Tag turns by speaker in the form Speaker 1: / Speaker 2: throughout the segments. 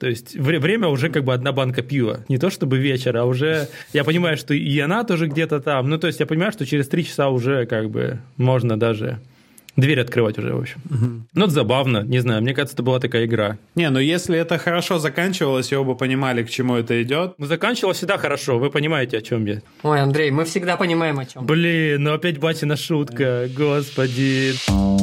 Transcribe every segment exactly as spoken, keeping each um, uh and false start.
Speaker 1: То есть время уже как бы одна банка пива. Не то чтобы вечер, а уже... Я понимаю, что и она тоже где-то там. Ну, то есть я понимаю, что через три часа уже как бы можно даже дверь открывать уже, в общем. Угу. Ну, это забавно. Не знаю, мне кажется, это была такая игра.
Speaker 2: Не, ну если это хорошо заканчивалось, и оба понимали, к чему это идет.
Speaker 1: Ну, заканчивалось всегда хорошо. Вы понимаете, о чем я.
Speaker 3: Ой, Андрей, мы всегда понимаем, о чем.
Speaker 1: Блин, ну опять батина шутка. Господи.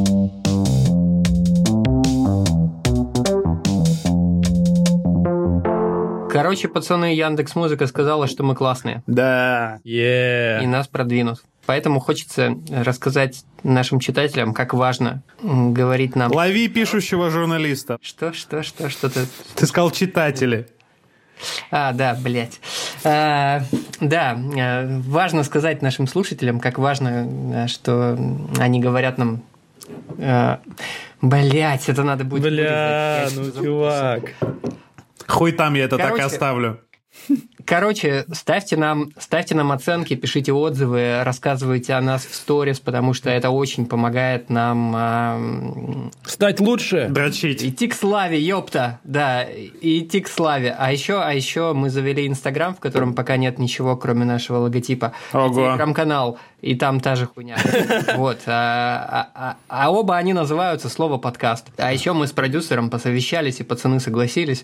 Speaker 3: Короче, пацаны, Яндекс.Музыка сказала, что мы классные.
Speaker 2: Да.
Speaker 1: Yeah.
Speaker 3: И нас продвинут. Поэтому хочется рассказать нашим читателям, как важно говорить нам...
Speaker 2: Лови пишущего журналиста.
Speaker 3: Что, что, что, что ты...
Speaker 2: Ты сказал читатели.
Speaker 3: А, да, блядь. А, да, важно сказать нашим слушателям, как важно, что они говорят нам... Блядь, это надо будет...
Speaker 1: Бля, ну, чувак...
Speaker 2: Хуй там, я это
Speaker 3: Короче,
Speaker 2: так и оставлю.
Speaker 3: Короче, ставьте нам, ставьте нам оценки, пишите отзывы, рассказывайте о нас в сторис, потому что это очень помогает нам... Э,
Speaker 1: стать лучше.
Speaker 2: Дрочить.
Speaker 3: Идти к славе, ёпта. Да, идти к славе. А еще, а еще мы завели Инстаграм, в котором пока нет ничего, кроме нашего логотипа. Телеграм-канал, и там та же хуйня. Вот. А, а, а оба они называются слово подкаст. А еще мы с продюсером посовещались, и пацаны согласились,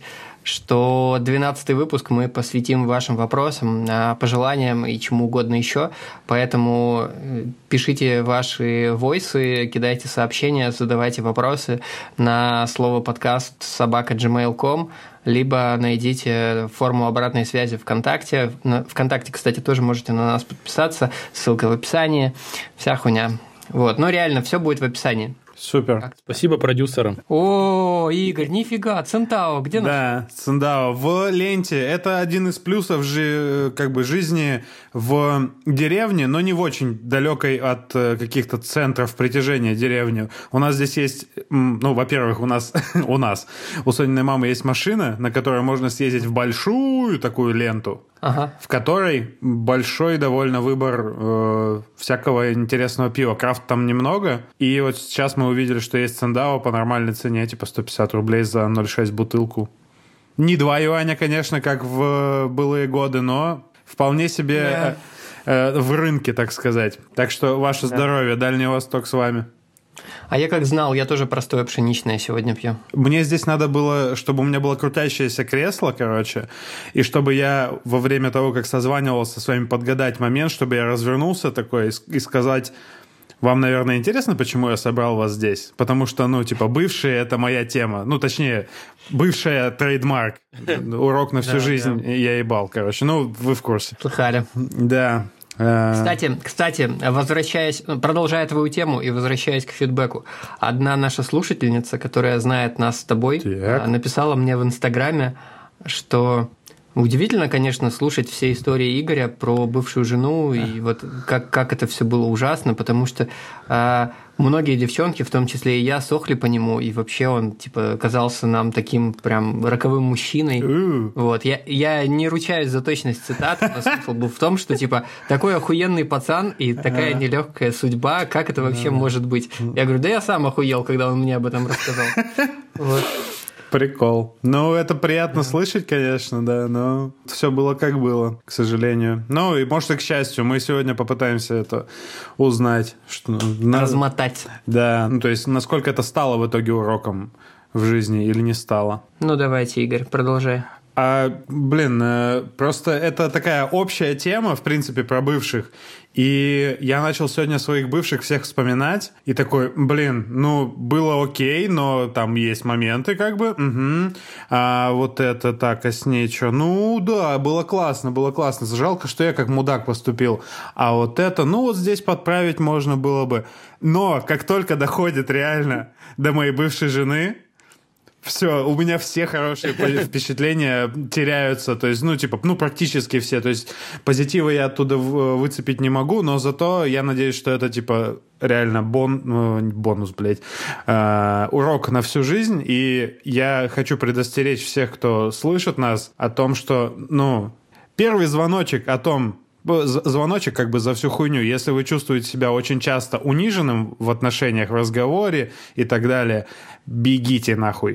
Speaker 3: что двенадцатый выпуск мы посвятим вашим вопросам, пожеланиям и чему угодно еще. Поэтому пишите ваши войсы, кидайте сообщения, задавайте вопросы на слово подкаст собака джи мейл точка ком, либо найдите форму обратной связи ВКонтакте. ВКонтакте, кстати, тоже можете на нас подписаться. Ссылка в описании. Вся хуйня. Вот. Но реально, все будет в описании.
Speaker 2: Супер.
Speaker 1: Как-то. Спасибо продюсерам.
Speaker 3: О, Игорь, нифига, Центао, где наш?
Speaker 2: Да, Центао в ленте. Это один из плюсов жи, как бы жизни в деревне, но не в очень далекой от каких-то центров притяжения деревни. У нас здесь есть, ну, во-первых, у нас, у нас, у Сониной мамы есть машина, на которой можно съездить в большую такую ленту. Ага. В которой большой довольно выбор э, всякого интересного пива. Крафт там немного. И вот сейчас мы увидели, что есть Центао по нормальной цене, типа сто пятьдесят рублей за ноль шесть бутылку. Не два юаня, конечно, как в былые годы, но вполне себе э, э, в рынке, так сказать. Так что ваше да. здоровье, Дальний Восток с вами.
Speaker 3: А я как знал, я тоже простое пшеничное сегодня пью.
Speaker 2: Мне здесь надо было, чтобы у меня было крутящееся кресло, короче, и чтобы я во время того, как созванивался с вами, подгадать момент, чтобы я развернулся такой и сказать... Вам, наверное, интересно, почему я собрал вас здесь? Потому что, ну, типа, бывшие — это моя тема. Ну, точнее, бывшая трейдмарк. Урок на всю жизнь я ебал, короче. Ну, вы в курсе.
Speaker 3: Слыхали.
Speaker 2: Да.
Speaker 3: Кстати, кстати, возвращаясь, продолжая твою тему и возвращаясь к фидбэку, одна наша слушательница, которая знает нас с тобой, так. написала мне в Инстаграме, что удивительно, конечно, слушать все истории Игоря про бывшую жену и вот как, как это все было ужасно, потому что э, многие девчонки, в том числе и я, сохли по нему, и вообще он типа казался нам таким прям роковым мужчиной. Uh. Вот. Я, я не ручаюсь за точность цитат, но смысл был в том, что типа такой охуенный пацан и такая нелегкая судьба, как это вообще может быть? Я говорю, да я сам охуел, когда он мне об этом рассказал. Вот.
Speaker 2: Прикол. Ну, это приятно да. слышать, конечно, да, но все было как было, к сожалению. Ну, и может и к счастью, мы сегодня попытаемся это узнать. Что...
Speaker 3: Размотать.
Speaker 2: Да, ну, то есть, насколько это стало в итоге уроком в жизни или не стало.
Speaker 3: Ну, давайте, Игорь, продолжай.
Speaker 2: А, блин, просто это такая общая тема, в принципе, про бывших. И я начал сегодня своих бывших всех вспоминать. И такой, блин, ну, было окей, но там есть моменты как бы. Угу. А вот это так, а с ней что? Ну, да, было классно, было классно. Жалко, что я как мудак поступил. А вот это, ну, вот здесь подправить можно было бы. Но как только доходит реально до моей бывшей жены... Все, у меня все хорошие впечатления теряются, то есть, ну, типа, ну, практически все, то есть, позитива я оттуда выцепить не могу, но зато я надеюсь, что это, типа, реально бон, ну, бонус, блядь, э, урок на всю жизнь, и я хочу предостеречь всех, кто слышит нас, о том, что, ну, первый звоночек о том, звоночек как бы за всю хуйню. Если вы чувствуете себя очень часто униженным в отношениях, в разговоре и так далее, бегите нахуй.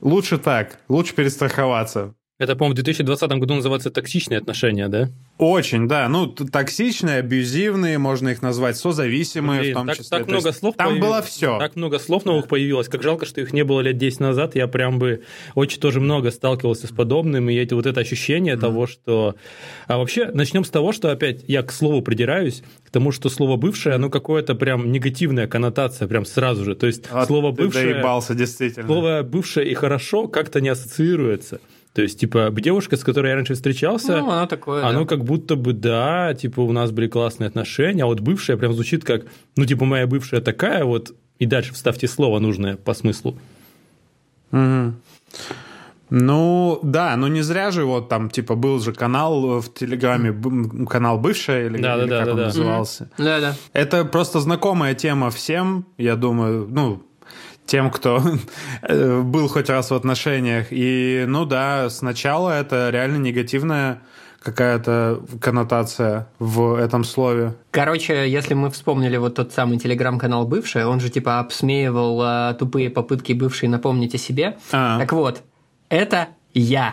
Speaker 2: лучше так, лучше перестраховаться.
Speaker 1: Это, по-моему, в две тысячи двадцатом году называется «токсичные отношения», да?
Speaker 2: Очень, да. Ну, токсичные, абьюзивные, можно их назвать, созависимые,
Speaker 1: Блин,
Speaker 2: в том
Speaker 1: так,
Speaker 2: числе.
Speaker 1: Так много слов
Speaker 2: там
Speaker 1: появилось,
Speaker 2: было все.
Speaker 1: Так много слов новых появилось. Как жалко, что их не было лет десять назад. Я прям бы очень тоже много сталкивался с подобным. И эти, вот это ощущение mm-hmm. того, что... А вообще, начнем с того, что опять я к слову придираюсь, к тому, что слово «бывшее», оно какое-то прям негативная коннотация, прям сразу же. То есть вот слово «бывшее»,
Speaker 2: доебался, действительно.
Speaker 1: Слово «бывшее» и «хорошо» как-то не ассоциируется. То есть, типа, девушка, с которой я раньше встречался,
Speaker 3: ну, оно, такое,
Speaker 1: оно
Speaker 3: да.
Speaker 1: как будто бы, да, типа, у нас были классные отношения, а вот бывшая прям звучит как, ну, типа, моя бывшая такая вот, и дальше вставьте слово нужное по смыслу.
Speaker 2: Угу. Ну, да, ну не зря же вот там, типа, был же канал в Телеграме, канал «Бывшая», или,
Speaker 1: да,
Speaker 2: или
Speaker 1: да,
Speaker 2: как
Speaker 1: да,
Speaker 2: он
Speaker 1: да.
Speaker 2: назывался.
Speaker 3: Да, да.
Speaker 2: Это просто знакомая тема всем, я думаю, ну... тем, кто был хоть раз в отношениях. И, ну да, сначала это реально негативная какая-то коннотация в этом слове.
Speaker 3: Короче, если мы вспомнили вот тот самый телеграм-канал «Бывшая», он же типа обсмеивал а, тупые попытки бывшей напомнить о себе. А. Так вот, это я.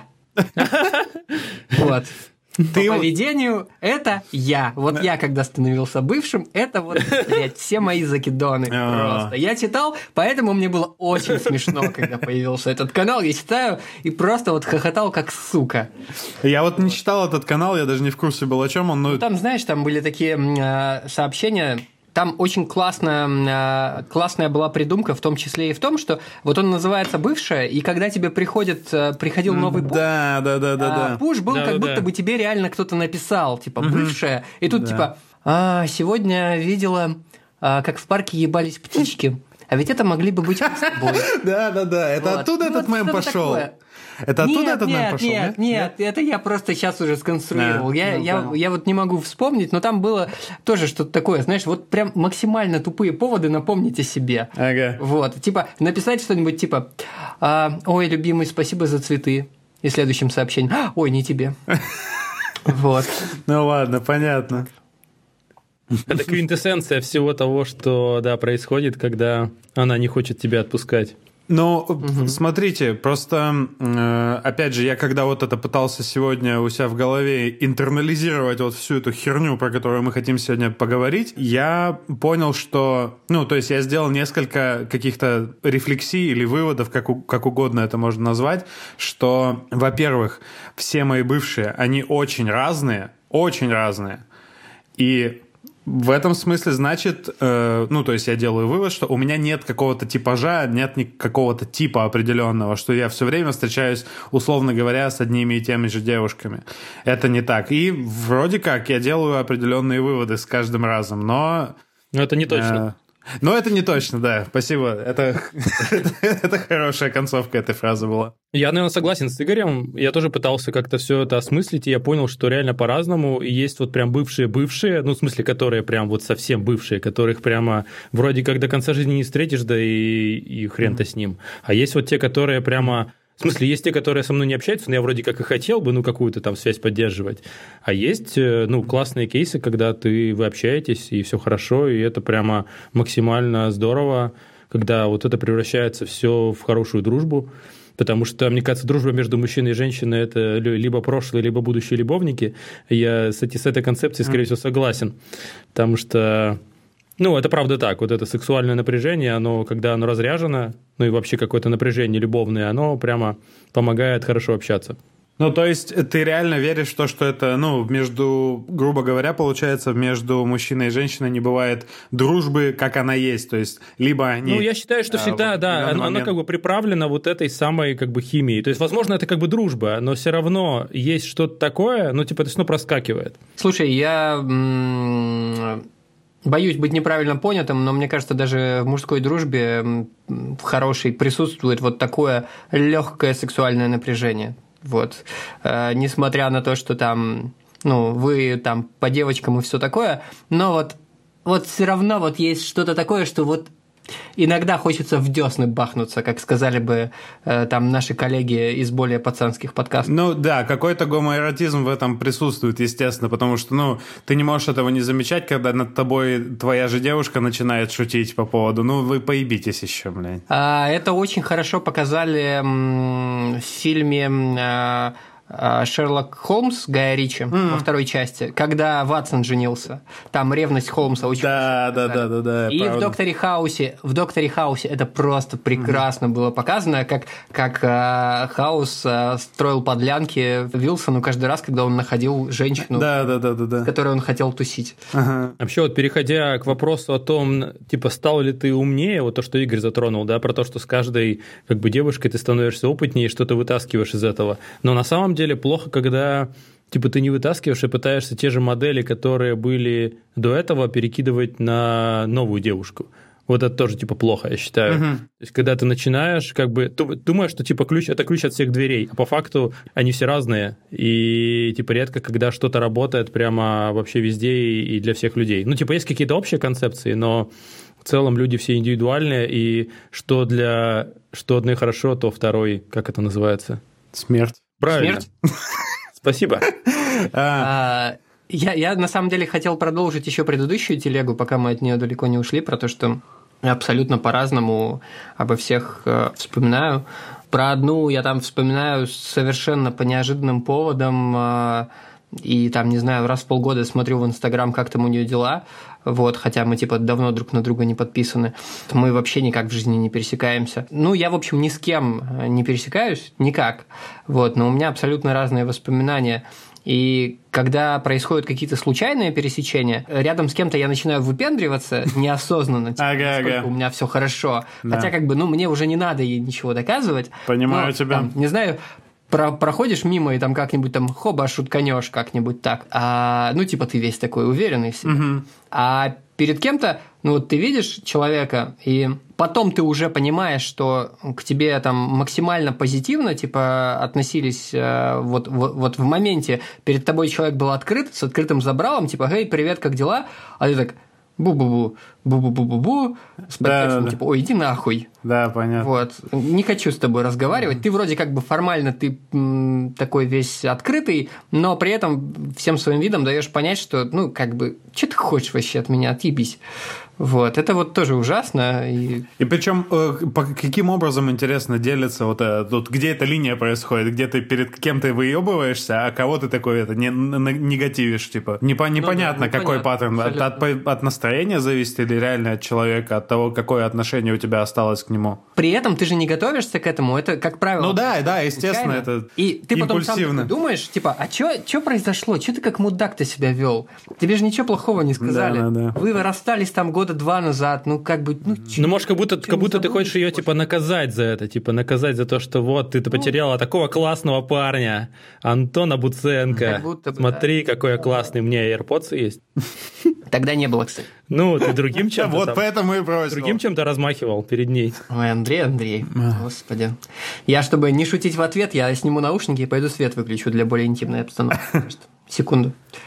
Speaker 3: Вот. Ты... По поведению это я. Вот я, когда становился бывшим, это вот, блядь, все мои закидоны просто. Я читал, поэтому мне было очень смешно, когда появился этот канал. Я читаю и просто вот хохотал как сука.
Speaker 2: Я вот не читал этот канал, я даже не в курсе был, о чем он. Но...
Speaker 3: Ну, там, знаешь, там были такие э, сообщения... Там очень классная, классная была придумка, в том числе и в том, что вот он называется «Бывшая», и когда тебе приходит, приходил новый пуш,
Speaker 2: да, да, да, да, да.
Speaker 3: пуш был
Speaker 1: да,
Speaker 3: как
Speaker 1: да,
Speaker 3: будто
Speaker 1: да.
Speaker 3: бы тебе реально кто-то написал, типа «Бывшая», и тут
Speaker 2: да.
Speaker 3: типа а, «Сегодня видела, как в парке ебались птички». А ведь это могли бы быть мы с тобой.
Speaker 2: Да, да, да. Это
Speaker 3: вот.
Speaker 2: оттуда
Speaker 3: ну,
Speaker 2: этот
Speaker 3: вот
Speaker 2: мем пошел.
Speaker 3: Такое.
Speaker 2: Это оттуда
Speaker 3: нет,
Speaker 2: этот
Speaker 3: нет,
Speaker 2: мем пошел?
Speaker 3: Нет, нет, нет, это я просто сейчас уже сконструировал.
Speaker 2: Да,
Speaker 3: я,
Speaker 2: ну,
Speaker 3: я, я вот не могу вспомнить, но там было тоже что-то такое, знаешь, вот прям максимально тупые поводы напомнить о себе.
Speaker 2: Ага.
Speaker 3: Вот, типа написать что-нибудь типа «Ой, любимый, спасибо за цветы». И следующим сообщением «Ой, не тебе». Вот.
Speaker 2: Ну ладно, понятно.
Speaker 1: Это квинтэссенция всего того, что, да, происходит, когда она не хочет тебя отпускать.
Speaker 2: Ну, угу. смотрите, просто, э, опять же, я когда вот это пытался сегодня у себя в голове интернализировать вот всю эту херню, про которую мы хотим сегодня поговорить, я понял, что, ну, то есть я сделал несколько каких-то рефлексий или выводов, как, у, как угодно это можно назвать, что, во-первых, все мои бывшие, они очень разные, очень разные, и... В этом смысле, значит, э, ну, то есть я делаю вывод, что у меня нет какого-то типажа, нет ни какого-то типа определенного, что я все время встречаюсь, условно говоря, с одними и теми же девушками. Это не так. И вроде как я делаю определенные выводы с каждым разом, но...
Speaker 1: Но это не точно.
Speaker 2: Э, но это не точно, да. Спасибо. Это, это хорошая концовка этой фразы была.
Speaker 1: Я, наверное, согласен с Игорем. Я тоже пытался как-то все это осмыслить, и я понял, что реально по-разному. И есть вот прям бывшие-бывшие, ну, в смысле, которые прям вот совсем бывшие, которых прямо вроде как до конца жизни не встретишь, да и, и хрен-то с ним. А есть вот те, которые прямо... В смысле, есть те, которые со мной не общаются, но я вроде как и хотел бы, ну, какую-то там связь поддерживать. А есть, ну, классные кейсы, когда ты, вы общаетесь, и все хорошо, и это прямо максимально здорово, когда вот это превращается все в хорошую дружбу. Потому что, мне кажется, дружба между мужчиной и женщиной – это либо прошлые, либо будущие любовники. Я с, эти, с этой концепцией, скорее всего, согласен. Потому что... Ну, это правда так. Вот это сексуальное напряжение, оно, когда оно разряжено, ну и вообще какое-то напряжение любовное, оно прямо помогает хорошо общаться.
Speaker 2: Ну, то есть ты реально веришь в то, что это, ну, между, грубо говоря, получается, между мужчиной и женщиной не бывает дружбы, как она есть, то есть либо они...
Speaker 1: Ну, я считаю, что всегда, а, да, оно, оно как бы приправлено вот этой самой как бы химией. То есть, возможно, это как бы дружба, но все равно есть что-то такое, ну, типа, это все равно проскакивает.
Speaker 3: Слушай, я... М- Боюсь быть неправильно понятым, но мне кажется, даже в мужской дружбе в хорошей присутствует вот такое легкое сексуальное напряжение. Вот. Э, несмотря на то, что там, ну, вы там по девочкам и все такое, но вот, вот все равно вот есть что-то такое, что вот иногда хочется в десны бахнуться, как сказали бы э, там наши коллеги из более пацанских подкастов.
Speaker 2: Ну да, какой-то гомоэротизм в этом присутствует, естественно, потому что, ну, ты не можешь этого не замечать, когда над тобой твоя же девушка начинает шутить по поводу, ну, вы поебитесь еще, блядь.
Speaker 3: А, это очень хорошо показали м- в фильме... М- Шерлок Холмс Гая Ричи mm. во второй части, когда Ватсон женился. Там ревность Холмса очень
Speaker 2: да, да, да, да, да.
Speaker 3: И
Speaker 2: правда.
Speaker 3: в Докторе Хаусе, в Докторе Хаусе это просто прекрасно mm. было показано, как, как э, Хаус э, строил подлянки Вилсону каждый раз, когда он находил женщину,
Speaker 2: да, да, да, да, да.
Speaker 3: с которой он хотел тусить.
Speaker 2: Ага.
Speaker 1: Вообще, вот переходя к вопросу о том, типа, стал ли ты умнее, вот то, что Игорь затронул, да, про то, что с каждой как бы девушкой ты становишься опытнее, что-то вытаскиваешь из этого. Но на самом деле плохо, когда типа ты не вытаскиваешь и пытаешься те же модели, которые были до этого, перекидывать на новую девушку. Вот это тоже типа плохо, я считаю. Uh-huh. То есть, когда ты начинаешь, как бы думаешь, что типа ключ это ключ от всех дверей, а по факту они все разные. И типа редко, когда что-то работает прямо вообще везде и для всех людей. Ну, типа, есть какие-то общие концепции, но в целом люди все индивидуальные, и что для что одной хорошо, то второй, как это называется?
Speaker 2: Смерть.
Speaker 1: Правильно.
Speaker 3: Смерть?
Speaker 1: Спасибо.
Speaker 3: Я, я на самом деле хотел продолжить еще предыдущую телегу, пока мы от нее далеко не ушли, про то, что я абсолютно по-разному обо всех э, вспоминаю. Про одну я там вспоминаю совершенно по неожиданным поводам, э, и там, не знаю, раз в полгода смотрю в Инстаграм, как там у нее дела, вот, хотя мы, типа, давно друг на друга не подписаны. Мы вообще никак в жизни не пересекаемся. Ну, я, в общем, ни с кем не пересекаюсь, никак, вот, но у меня абсолютно разные воспоминания. И когда происходят какие-то случайные пересечения, рядом с кем-то я начинаю выпендриваться неосознанно, типа,
Speaker 2: ага,
Speaker 3: насколько
Speaker 2: ага.
Speaker 3: у меня все хорошо.
Speaker 2: Да.
Speaker 3: Хотя, как бы, ну, мне уже не надо ей ничего доказывать.
Speaker 2: Понимаю
Speaker 3: но,
Speaker 2: тебя.
Speaker 3: Там, не знаю, про- проходишь мимо и там как-нибудь там хоба шутканешь как-нибудь так. А, ну, типа, ты весь такой уверенный в себе.
Speaker 2: Угу.
Speaker 3: А перед кем-то, ну, вот ты видишь человека, и потом ты уже понимаешь, что к тебе там максимально позитивно, типа, относились э, вот, вот, вот в моменте перед тобой человек был открыт, с открытым забралом, типа, «Эй, привет, как дела?» А ты так бу-бу-бу, бу-бу-бу-бу-бу, с подтекстом,
Speaker 2: да,
Speaker 3: типа, ой, иди нахуй.
Speaker 2: Да, понятно.
Speaker 3: Вот. Не хочу с тобой разговаривать. Ты вроде как бы формально ты м, такой весь открытый, но при этом всем своим видом даешь понять, что, ну, как бы, что ты хочешь вообще от меня, отъебись. Вот. Это вот тоже ужасно. И,
Speaker 2: и причем э, по каким образом, интересно, делится вот это, тут, где эта линия происходит, где ты перед кем-то выебываешься, а кого ты такой это не, негативишь, типа. Непо, непонятно, ну, да, какой паттерн. От, от, от настроения зависит или реально от человека, от того, какое отношение у тебя осталось к нему.
Speaker 3: При этом ты же не готовишься к этому, это, как правило...
Speaker 2: Ну да, да, естественно, это
Speaker 3: и ты потом
Speaker 2: импульсивно.
Speaker 3: Сам думаешь, типа, а что произошло? Что ты как мудак-то себя вел? Тебе же ничего плохого не сказали.
Speaker 2: Да, да, да.
Speaker 3: Вы расстались там года два назад, ну как бы... Ну,
Speaker 1: ну может, как будто, как будто ты хочешь ее типа наказать за это, типа наказать за то, что вот ты потеряла ну, такого классного парня, Антона Буценко. Бы, Смотри, да. какой я классный, у меня AirPods есть.
Speaker 3: Тогда не было, кстати.
Speaker 1: Ну, ты другим чем-то
Speaker 2: Вот поэтому и бросил.
Speaker 1: Другим чем-то размахивал перед ней.
Speaker 3: Ой, Андрей, Андрей, господи. Я, чтобы не шутить в ответ, я сниму наушники и пойду свет выключу для более интимной обстановки. Секунду.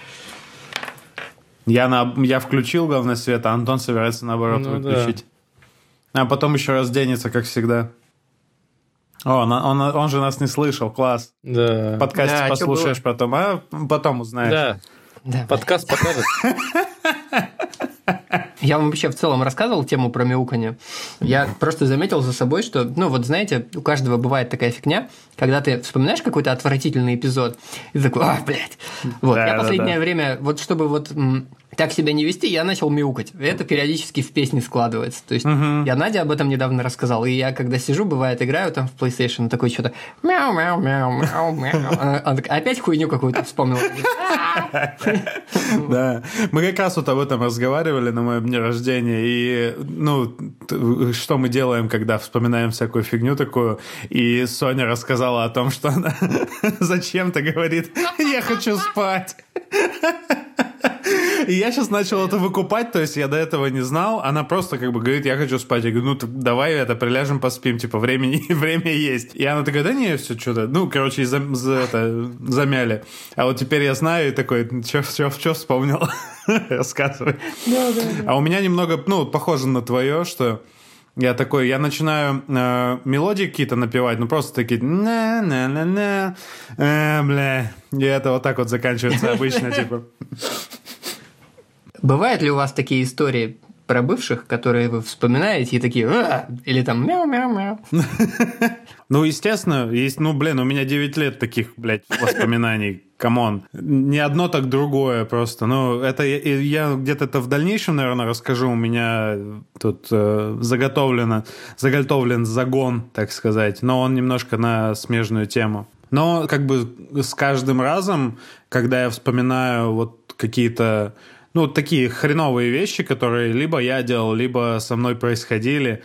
Speaker 2: Я, на, я включил, главное, свет, а Антон собирается, наоборот, ну, выключить. Да. А потом еще разденется, как всегда. О, он, он, он же нас не слышал, класс.
Speaker 1: Да.
Speaker 2: Подкаст
Speaker 3: да,
Speaker 2: послушаешь потом, а потом узнаешь.
Speaker 1: Да. Да, подкаст покажет.
Speaker 3: Я вам вообще в целом рассказывал тему про мяуканье. Я просто заметил за собой, что, ну вот знаете, у каждого бывает такая фигня, когда ты вспоминаешь какой-то отвратительный эпизод, и такой, а, блядь. Вот, да, я последнее да, да. время, вот чтобы вот м, так себя не вести, я начал мяукать. Это периодически в песне складывается. То есть угу. я Наде об этом недавно рассказал, и я когда сижу, бывает, играю там в PlayStation, такой что-то мяу-мяу-мяу-мяу-мяу. Она такая, опять хуйню какую-то вспомнила.
Speaker 2: Да, мы как раз вот об этом разговаривали на моем дне рождения, и, ну, что мы делаем, когда вспоминаем всякую фигню такую, и Соня рассказала о том, что она зачем-то говорит, я хочу спать. И я сейчас начал это выкупать, то есть я до этого не знал, она просто как бы говорит, я хочу спать. Я говорю, ну давай это, приляжем, поспим, типа времени, время есть. И она такая, да не, все что-то, ну, короче, за, за, это, замяли. А вот теперь я знаю, и такой, что вспомнил? Рассказывай.
Speaker 3: Да, да, да.
Speaker 2: А у меня немного, ну, похоже на твое, что я такой, я начинаю э, мелодии какие-то напевать, ну просто такие на-на-на-на, э, бля, и это вот так вот заканчивается обычно, типа.
Speaker 3: Бывают ли у вас такие истории про бывших, которые вы вспоминаете и такие, а! Или там мяу-мяу-мяу?
Speaker 2: Ну, естественно, есть, ну, блин, у меня девять лет таких, блядь, воспоминаний, камон. Не одно, так другое просто. Ну, это я, я где-то это в дальнейшем, наверное, расскажу. У меня тут э, заготовлено, заготовлен загон, так сказать, но он немножко на смежную тему. Но как бы с каждым разом, когда я вспоминаю вот какие-то, ну, такие хреновые вещи, которые либо я делал, либо со мной происходили,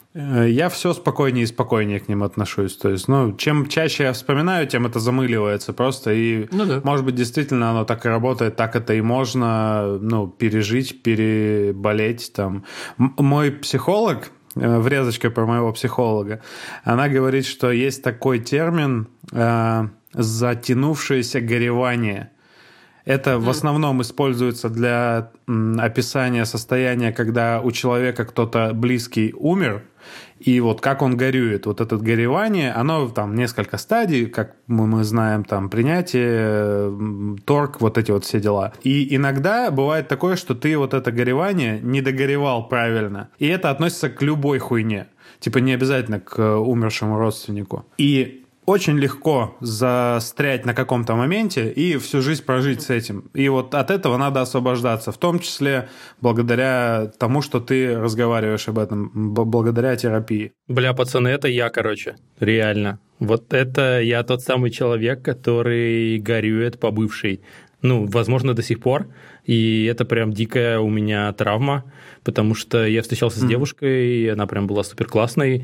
Speaker 2: я все спокойнее и спокойнее к ним отношусь. То есть, ну, чем чаще я вспоминаю, тем это замыливается просто. И, ну, да. Может быть, действительно оно так и работает, так это и можно, ну, пережить, переболеть там. М- мой психолог, врезочка про моего психолога, она говорит, что есть такой термин э, «затянувшееся горевание». Это в основном используется для м, описания состояния, когда у человека кто-то близкий умер, и вот как он горюет. Вот это горевание, оно там несколько стадий, как мы, мы знаем, там принятие, торг, вот эти вот все дела. И иногда бывает такое, что ты вот это горевание не догоревал правильно. И это относится к любой хуйне. Типа не обязательно к умершему родственнику. И очень легко застрять на каком-то моменте и всю жизнь прожить с этим. И вот от этого надо освобождаться, в том числе благодаря тому, что ты разговариваешь об этом, благодаря терапии.
Speaker 1: Бля, пацаны, это я, короче, реально. Вот это я тот самый человек, который горюет по бывшей. Ну, возможно, до сих пор. И это прям дикая у меня травма, потому что я встречался с mm. девушкой, и она прям была супер классной,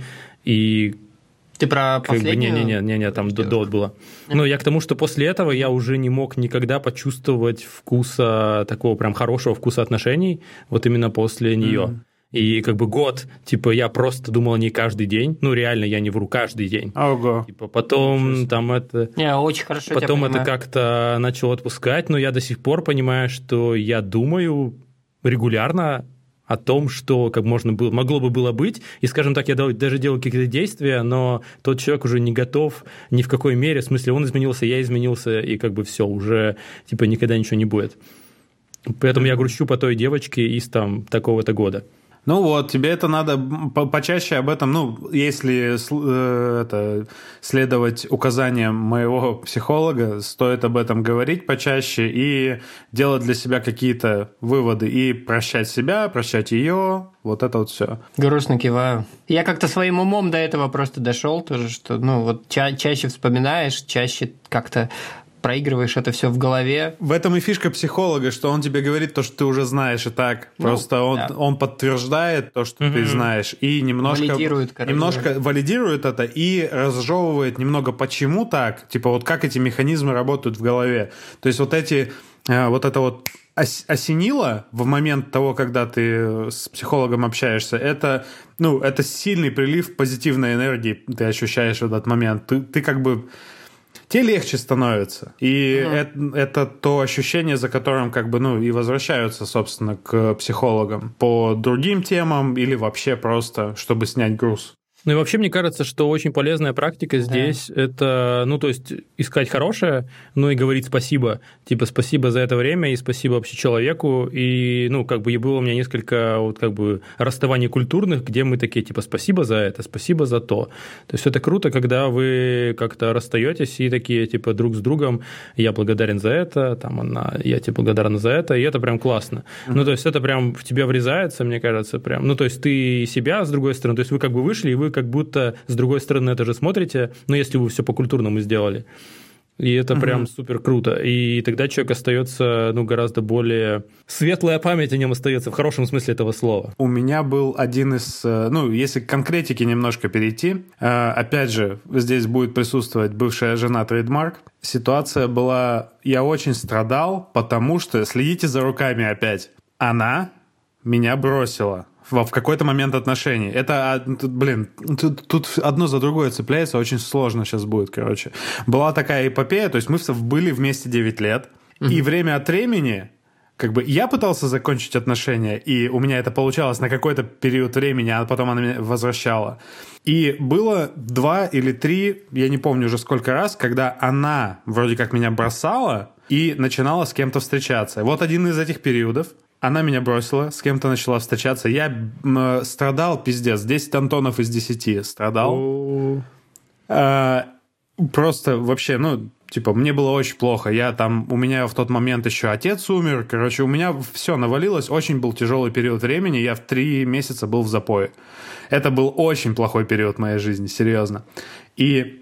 Speaker 1: и
Speaker 3: ты про последнюю?
Speaker 1: Не-не-не, там до, до было. Но я к тому, что после этого я уже не мог никогда почувствовать вкуса, такого прям хорошего вкуса отношений, вот именно после нее. Mm-hmm. И как бы год, типа, я просто думал о ней каждый день. Ну, реально, я не вру, каждый день.
Speaker 2: Ого.
Speaker 1: Типа, потом там это...
Speaker 3: Не, очень хорошо
Speaker 1: Потом это как-то начало отпускать, но я до сих пор понимаю, что я думаю регулярно о том, что как можно было, могло бы было быть, и, скажем так, я даже делал какие-то действия, но тот человек уже не готов ни в какой мере, в смысле, он изменился, я изменился, и как бы все, уже типа никогда ничего не будет. Поэтому я грущу по той девочке из там такого-то года.
Speaker 2: Ну вот, тебе это надо по- почаще об этом, ну, если э, это, следовать указаниям моего психолога, стоит об этом говорить почаще и делать для себя какие-то выводы и прощать себя, прощать ее, вот это вот все.
Speaker 3: Грустно киваю. Я как-то своим умом до этого просто дошел тоже, что, ну, вот ча- чаще вспоминаешь, чаще как-то проигрываешь это все в голове.
Speaker 2: В этом и фишка психолога, что он тебе говорит то, что ты уже знаешь и так. Ну, просто он, да. он подтверждает то, что mm-hmm. ты знаешь, и немножко валидирует, короче. немножко валидирует это и разжевывает немного, почему так, типа вот как эти механизмы работают в голове. То есть вот эти, вот это вот осенило в момент того, когда ты с психологом общаешься, это, ну, это сильный прилив позитивной энергии ты ощущаешь в этот момент. Ты, ты как бы... Тебе легче становится. И mm-hmm. это, это то ощущение, за которым как бы, ну, и возвращаются, собственно, к психологам по другим темам или вообще просто, чтобы снять груз.
Speaker 1: Ну и вообще, мне кажется, что очень полезная практика здесь да. это, ну, то есть искать хорошее, ну и говорить спасибо. Типа спасибо за это время и спасибо вообще человеку. И, ну, как бы и было у меня несколько вот как бы расставаний культурных, где мы такие, типа, спасибо за это, спасибо за то. То есть это круто, когда вы как-то расстаетесь и такие, типа, друг с другом, я благодарен за это, там, она, я тебе благодарна за это, и это прям классно. Mm-hmm. Ну, то есть это прям в тебя врезается, мне кажется, прям. Ну, то есть ты себя, с другой стороны, то есть вы как бы вышли, и вы как будто с другой стороны это же смотрите, ну, если вы все по-культурному сделали. И это прям uh-huh. супер круто. И тогда человек остается, ну, гораздо более... Светлая память о нем остается в хорошем смысле этого слова.
Speaker 2: У меня был один из... Ну, если к конкретике немножко перейти, опять же, здесь будет присутствовать бывшая жена трейдмарк. Ситуация была... Я очень страдал, потому что... Следите за руками опять. Она меня бросила в какой-то момент отношений. Это, блин, тут, тут одно за другое цепляется, очень сложно сейчас будет, короче. Была такая эпопея, то есть мы были вместе девять лет, mm-hmm. и время от времени как бы я пытался закончить отношения, и у меня это получалось на какой-то период времени, а потом она меня возвращала. И было два или три, я не помню уже сколько раз, когда она вроде как меня бросала и начинала с кем-то встречаться. Вот один из этих периодов. Она меня бросила, с кем-то начала встречаться. Я э, страдал, пиздец. десять антонов из десяти страдал. Э, просто вообще, ну, типа, мне было очень плохо. Я там, у меня в тот момент еще отец умер. Короче, у меня все навалилось. Очень был тяжелый период времени. Я в три месяца был в запое. Это был очень плохой период моей жизни, серьезно. И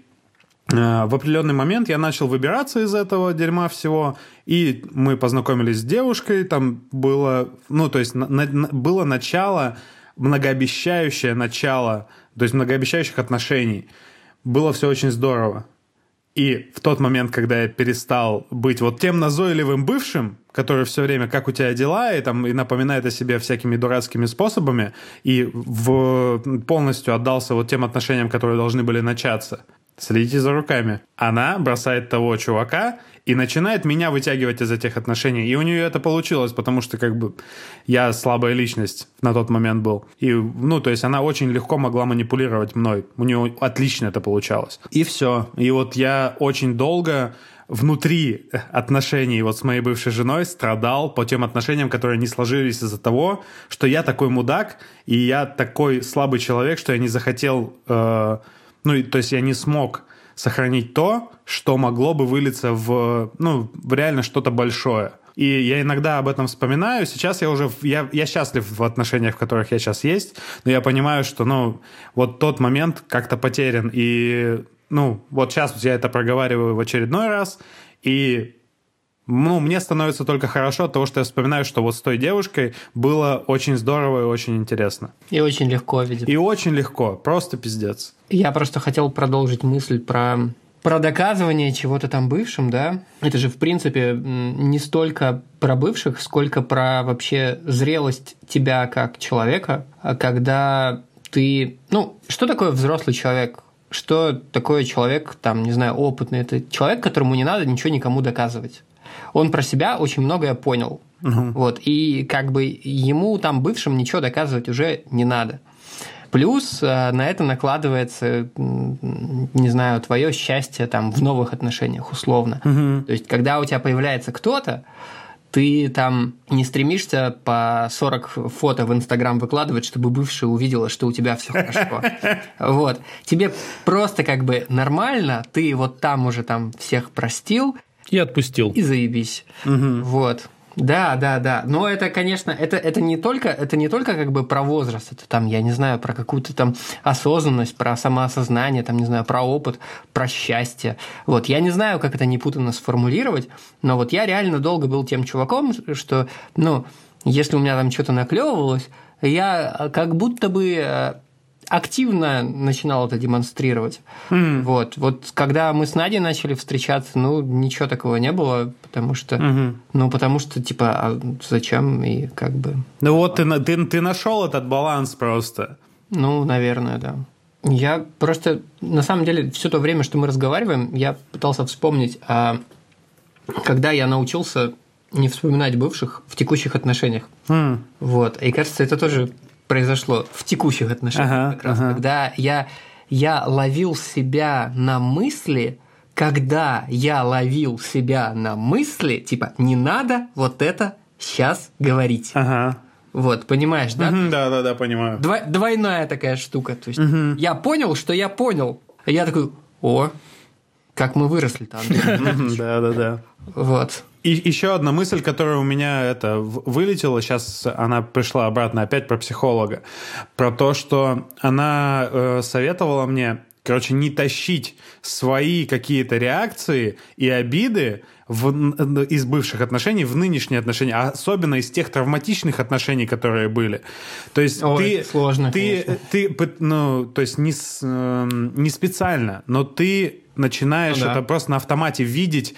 Speaker 2: в определенный момент я начал выбираться из этого дерьма всего, и мы познакомились с девушкой, там было, ну, то есть на, на, было начало, многообещающее начало, то есть многообещающих отношений. Было все очень здорово. И в тот момент, когда я перестал быть вот тем назойливым бывшим, который все время «как у тебя дела?» и, там, и напоминает о себе всякими дурацкими способами, и в, полностью отдался вот тем отношениям, которые должны были начаться. Следите за руками. Она бросает того чувака и начинает меня вытягивать из этих отношений. И у нее это получилось, потому что как бы я слабая личность на тот момент был. И, ну, то есть она очень легко могла манипулировать мной. У нее отлично это получалось. И все. И вот я очень долго внутри отношений вот с моей бывшей женой страдал по тем отношениям, которые не сложились из-за того, что я такой мудак, и я такой слабый человек, что я не захотел... Э- Ну, то есть я не смог сохранить то, что могло бы вылиться в, ну, в реально что-то большое. И я иногда об этом вспоминаю. Сейчас я уже... Я, я счастлив в отношениях, в которых я сейчас есть, но я понимаю, что, ну, вот тот момент как-то потерян. И, ну, вот сейчас я это проговариваю в очередной раз, и... Ну, мне становится только хорошо от того, что я вспоминаю, что вот с той девушкой было очень здорово и очень интересно.
Speaker 3: И очень легко, видимо.
Speaker 2: И очень легко, просто пиздец.
Speaker 3: Я просто хотел продолжить мысль про, про доказывание чего-то там бывшим, да? Это же, в принципе, не столько про бывших, сколько про вообще зрелость тебя как человека, когда ты... Ну, что такое взрослый человек? Что такое человек, там, не знаю, опытный? Это человек, которому не надо ничего никому доказывать. Он про себя очень многое понял. Угу. Вот, и как бы ему там бывшим ничего доказывать уже не надо. Плюс на это накладывается, не знаю, твое счастье там, в новых отношениях условно. Угу. То есть, когда у тебя появляется кто-то, ты там не стремишься по сорок фото в Инстаграм выкладывать, чтобы бывшая увидела, что у тебя все хорошо. Вот. Тебе просто как бы нормально, ты вот там уже там всех простил,
Speaker 1: и отпустил.
Speaker 3: И заебись. Угу. Вот. Да, да, да. Но это, конечно, это, это, не только, это не только как бы про возраст, это там, я не знаю, про какую-то там осознанность, про самоосознание, там, не знаю, про опыт, про счастье. Вот. Я не знаю, как это непутанно сформулировать, но вот я реально долго был тем чуваком, что, ну, если у меня там что-то наклевывалось, я как будто бы... активно начинал это демонстрировать. Mm. Вот. Вот когда мы с Надей начали встречаться, ну, ничего такого не было, потому что, mm-hmm. ну, потому что, типа, а зачем и как бы...
Speaker 2: Ну, вот ты, ты, ты нашел этот баланс просто.
Speaker 3: Ну, наверное, да. Я просто, на самом деле, все то время, что мы разговариваем, я пытался вспомнить, а когда я научился не вспоминать бывших в текущих отношениях. Mm. Вот. И, кажется, это тоже... произошло в текущих отношениях, ага, как раз, ага. когда я, я ловил себя на мысли, когда я ловил себя на мысли, типа, не надо вот это сейчас говорить.
Speaker 2: Ага.
Speaker 3: Вот, понимаешь, да?
Speaker 2: Угу, да, да, да, понимаю.
Speaker 3: Дво, двойная такая штука. То есть, угу. я понял, что я понял. А я такой, о, как мы выросли-то, Андрей.
Speaker 2: Да, да, да.
Speaker 3: Вот.
Speaker 2: И еще одна мысль, которая у меня это вылетела, сейчас она пришла обратно опять про психолога, про то, что она э, советовала мне, короче, не тащить свои какие-то реакции и обиды в, из бывших отношений в нынешние отношения, а особенно из тех травматичных отношений, которые были. То есть
Speaker 3: Ой,
Speaker 2: ты,
Speaker 3: сложно,
Speaker 2: ты, ты, ну, то есть не, э, не специально, но ты начинаешь ну, да. это просто на автомате видеть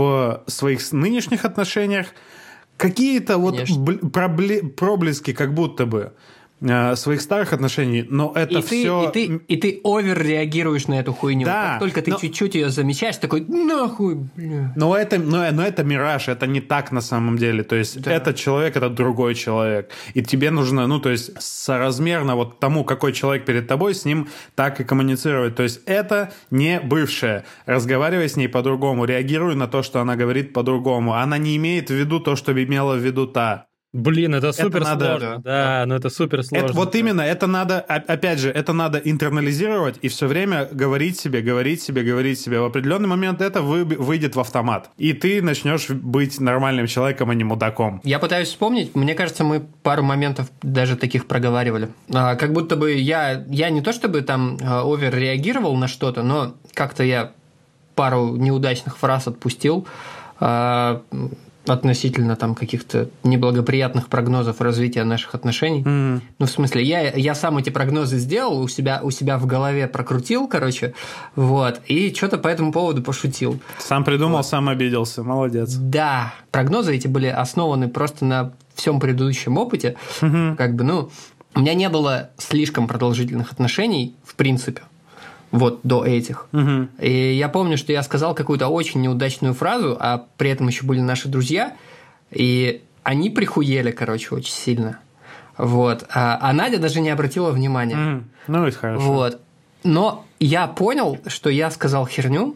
Speaker 2: в своих нынешних отношениях какие-то вот пробле- проблески, как будто бы. э, своих старых отношений, но это
Speaker 3: и
Speaker 2: все...
Speaker 3: Ты, и, ты, и ты оверреагируешь на эту хуйню.
Speaker 2: Да,
Speaker 3: как только ты
Speaker 2: но...
Speaker 3: чуть-чуть ее замечаешь, такой, нахуй, бля.
Speaker 2: Но это, но, но это мираж, это не так на самом деле. То есть да. этот человек, это другой человек. И тебе нужно, ну, то есть соразмерно вот тому, какой человек перед тобой, с ним так и коммуницировать. То есть это не бывшая. Разговаривай с ней по-другому, реагируй на то, что она говорит по-другому. Она не имеет в виду то, что имела в виду та.
Speaker 1: Блин, это супер
Speaker 2: это
Speaker 1: сложно.
Speaker 2: Надо...
Speaker 1: Да, но это супер сложно.
Speaker 2: Это, вот именно, это надо, опять же, это надо интернализировать и все время говорить себе, говорить себе, говорить себе. В определенный момент это вы, выйдет в автомат. И ты начнешь быть нормальным человеком, а не мудаком.
Speaker 3: Я пытаюсь вспомнить, мне кажется, мы пару моментов даже таких проговаривали. А, как будто бы я, я не то чтобы там оверреагировал на что-то, но как-то я пару неудачных фраз отпустил, а, относительно там каких-то неблагоприятных прогнозов развития наших отношений. Mm. Ну, в смысле, я, я сам эти прогнозы сделал, у себя, у себя в голове прокрутил, короче, вот, и что-то по этому поводу пошутил.
Speaker 2: Сам придумал,
Speaker 3: вот.
Speaker 2: Сам обиделся, молодец.
Speaker 3: Да, прогнозы эти были основаны просто на всем предыдущем опыте. Mm-hmm. Как бы, ну, у меня не было слишком продолжительных отношений, в принципе. Вот до этих. Угу. И я помню, что я сказал какую-то очень неудачную фразу, а при этом еще были наши друзья, и они прихуели, короче, очень сильно. Вот. А, а Надя даже не обратила внимания.
Speaker 2: Угу. Ну, это хорошо.
Speaker 3: Вот. Но я понял, что я сказал херню,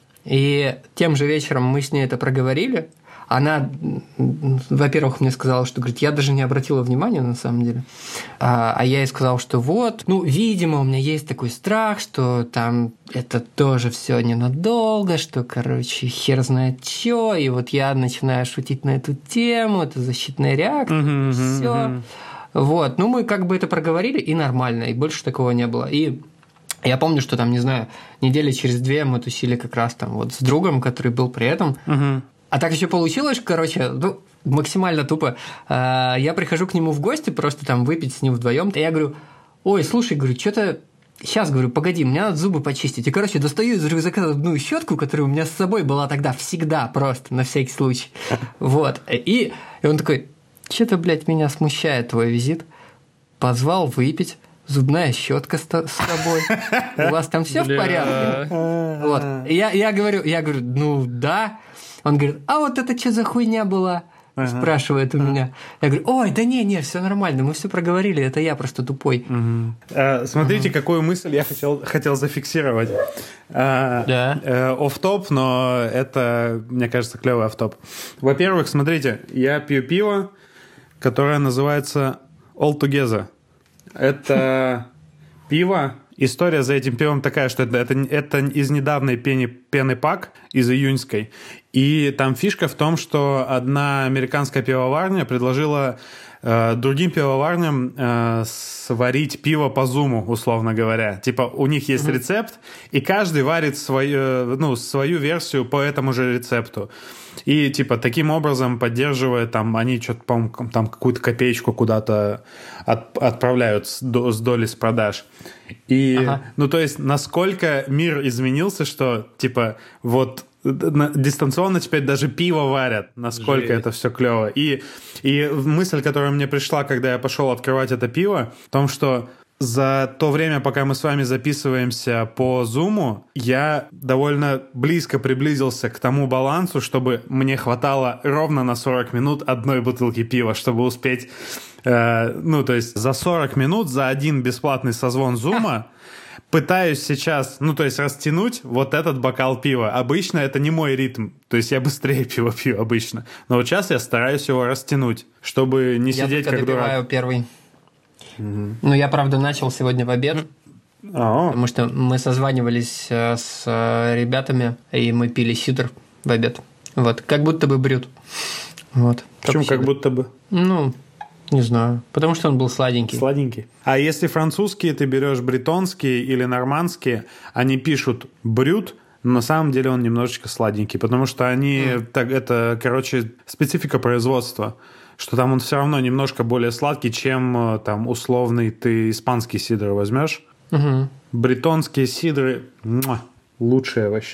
Speaker 3: и тем же вечером мы с ней это проговорили. Она, во-первых, мне сказала, что, говорит, я даже не обратила внимания на самом деле. А, а я ей сказал, что вот, ну, видимо, у меня есть такой страх, что там это тоже все ненадолго, что, короче, хер знает что, и вот я начинаю шутить на эту тему, это защитная реакция, mm-hmm, все. Mm-hmm. Вот, ну, мы как бы это проговорили, и нормально, и больше такого не было. И я помню, что там, не знаю, недели через две мы тусили как раз там вот с другом, который был при этом. Mm-hmm. А так еще получилось, короче, ну, максимально тупо. Я прихожу к нему в гости, просто там выпить с ним вдвоем. И я говорю, ой, слушай, говорю, что-то... Сейчас, говорю, погоди, мне надо зубы почистить. И, короче, достаю из рюкзака одну щетку, которая у меня с собой была тогда всегда просто, на всякий случай. Вот. И, и он такой, что-то, блядь, меня смущает твой визит. Позвал выпить. Зубная щетка с, с тобой. У вас там все в порядке? Вот. И я, я, говорю, я говорю, ну да. Он говорит, а вот это что за хуйня была? Ага. Спрашивает у меня. Я говорю, ой, да не, не, все нормально, мы все проговорили, это я просто тупой.
Speaker 2: Угу. А, смотрите, ага. какую мысль я хотел, хотел зафиксировать. А, да. э, офф-топ, но это, мне кажется, клевый офф-топ. Во-первых, смотрите, я пью пиво, которое называется All Together. Это пиво. История за этим пивом такая, что это, это, это из недавней пены, пены пак, из июньской. И там фишка в том, что одна американская пивоварня предложила э, другим пивоварням э, сварить пиво по зуму, условно говоря. Типа у них есть mm-hmm. рецепт, и каждый варит свою, ну, свою версию по этому же рецепту. И типа таким образом поддерживая, там, они что-то, по-моему, там какую-то копеечку куда-то от, отправляют с, до, с доли с продаж. И, ага. ну, то есть, насколько мир изменился, что, типа, вот дистанционно теперь даже пиво варят, насколько Жесть. Это все клево. И, и мысль, которая мне пришла, когда я пошел открывать это пиво, в том, что за то время, пока мы с вами записываемся по Zoom, я довольно близко приблизился к тому балансу, чтобы мне хватало ровно на сорок минут одной бутылки пива, чтобы успеть... Э, ну, то есть за сорок минут, за один бесплатный созвон Zoom пытаюсь сейчас, ну, то есть растянуть вот этот бокал пива. Обычно это не мой ритм, то есть я быстрее пиво пью обычно. Но вот сейчас я стараюсь его растянуть, чтобы не я сидеть как дурак.
Speaker 3: Я первый. Угу. Ну, я, правда, начал сегодня в обед, А-а. потому что мы созванивались с ребятами, и мы пили сидр в обед. Вот, как будто бы брют. Вот.
Speaker 2: Почему как будто бы?
Speaker 3: Ну, не знаю, потому что он был сладенький.
Speaker 2: Сладенький. А если французские ты берешь бретонские или нормандские, они пишут брют, но на самом деле он немножечко сладенький, потому что они, mm. так, это, короче, специфика производства. Что там он все равно немножко более сладкий, чем там условный ты испанский сидр возьмешь. Угу. Бретонские сидры муа, лучшие вообще.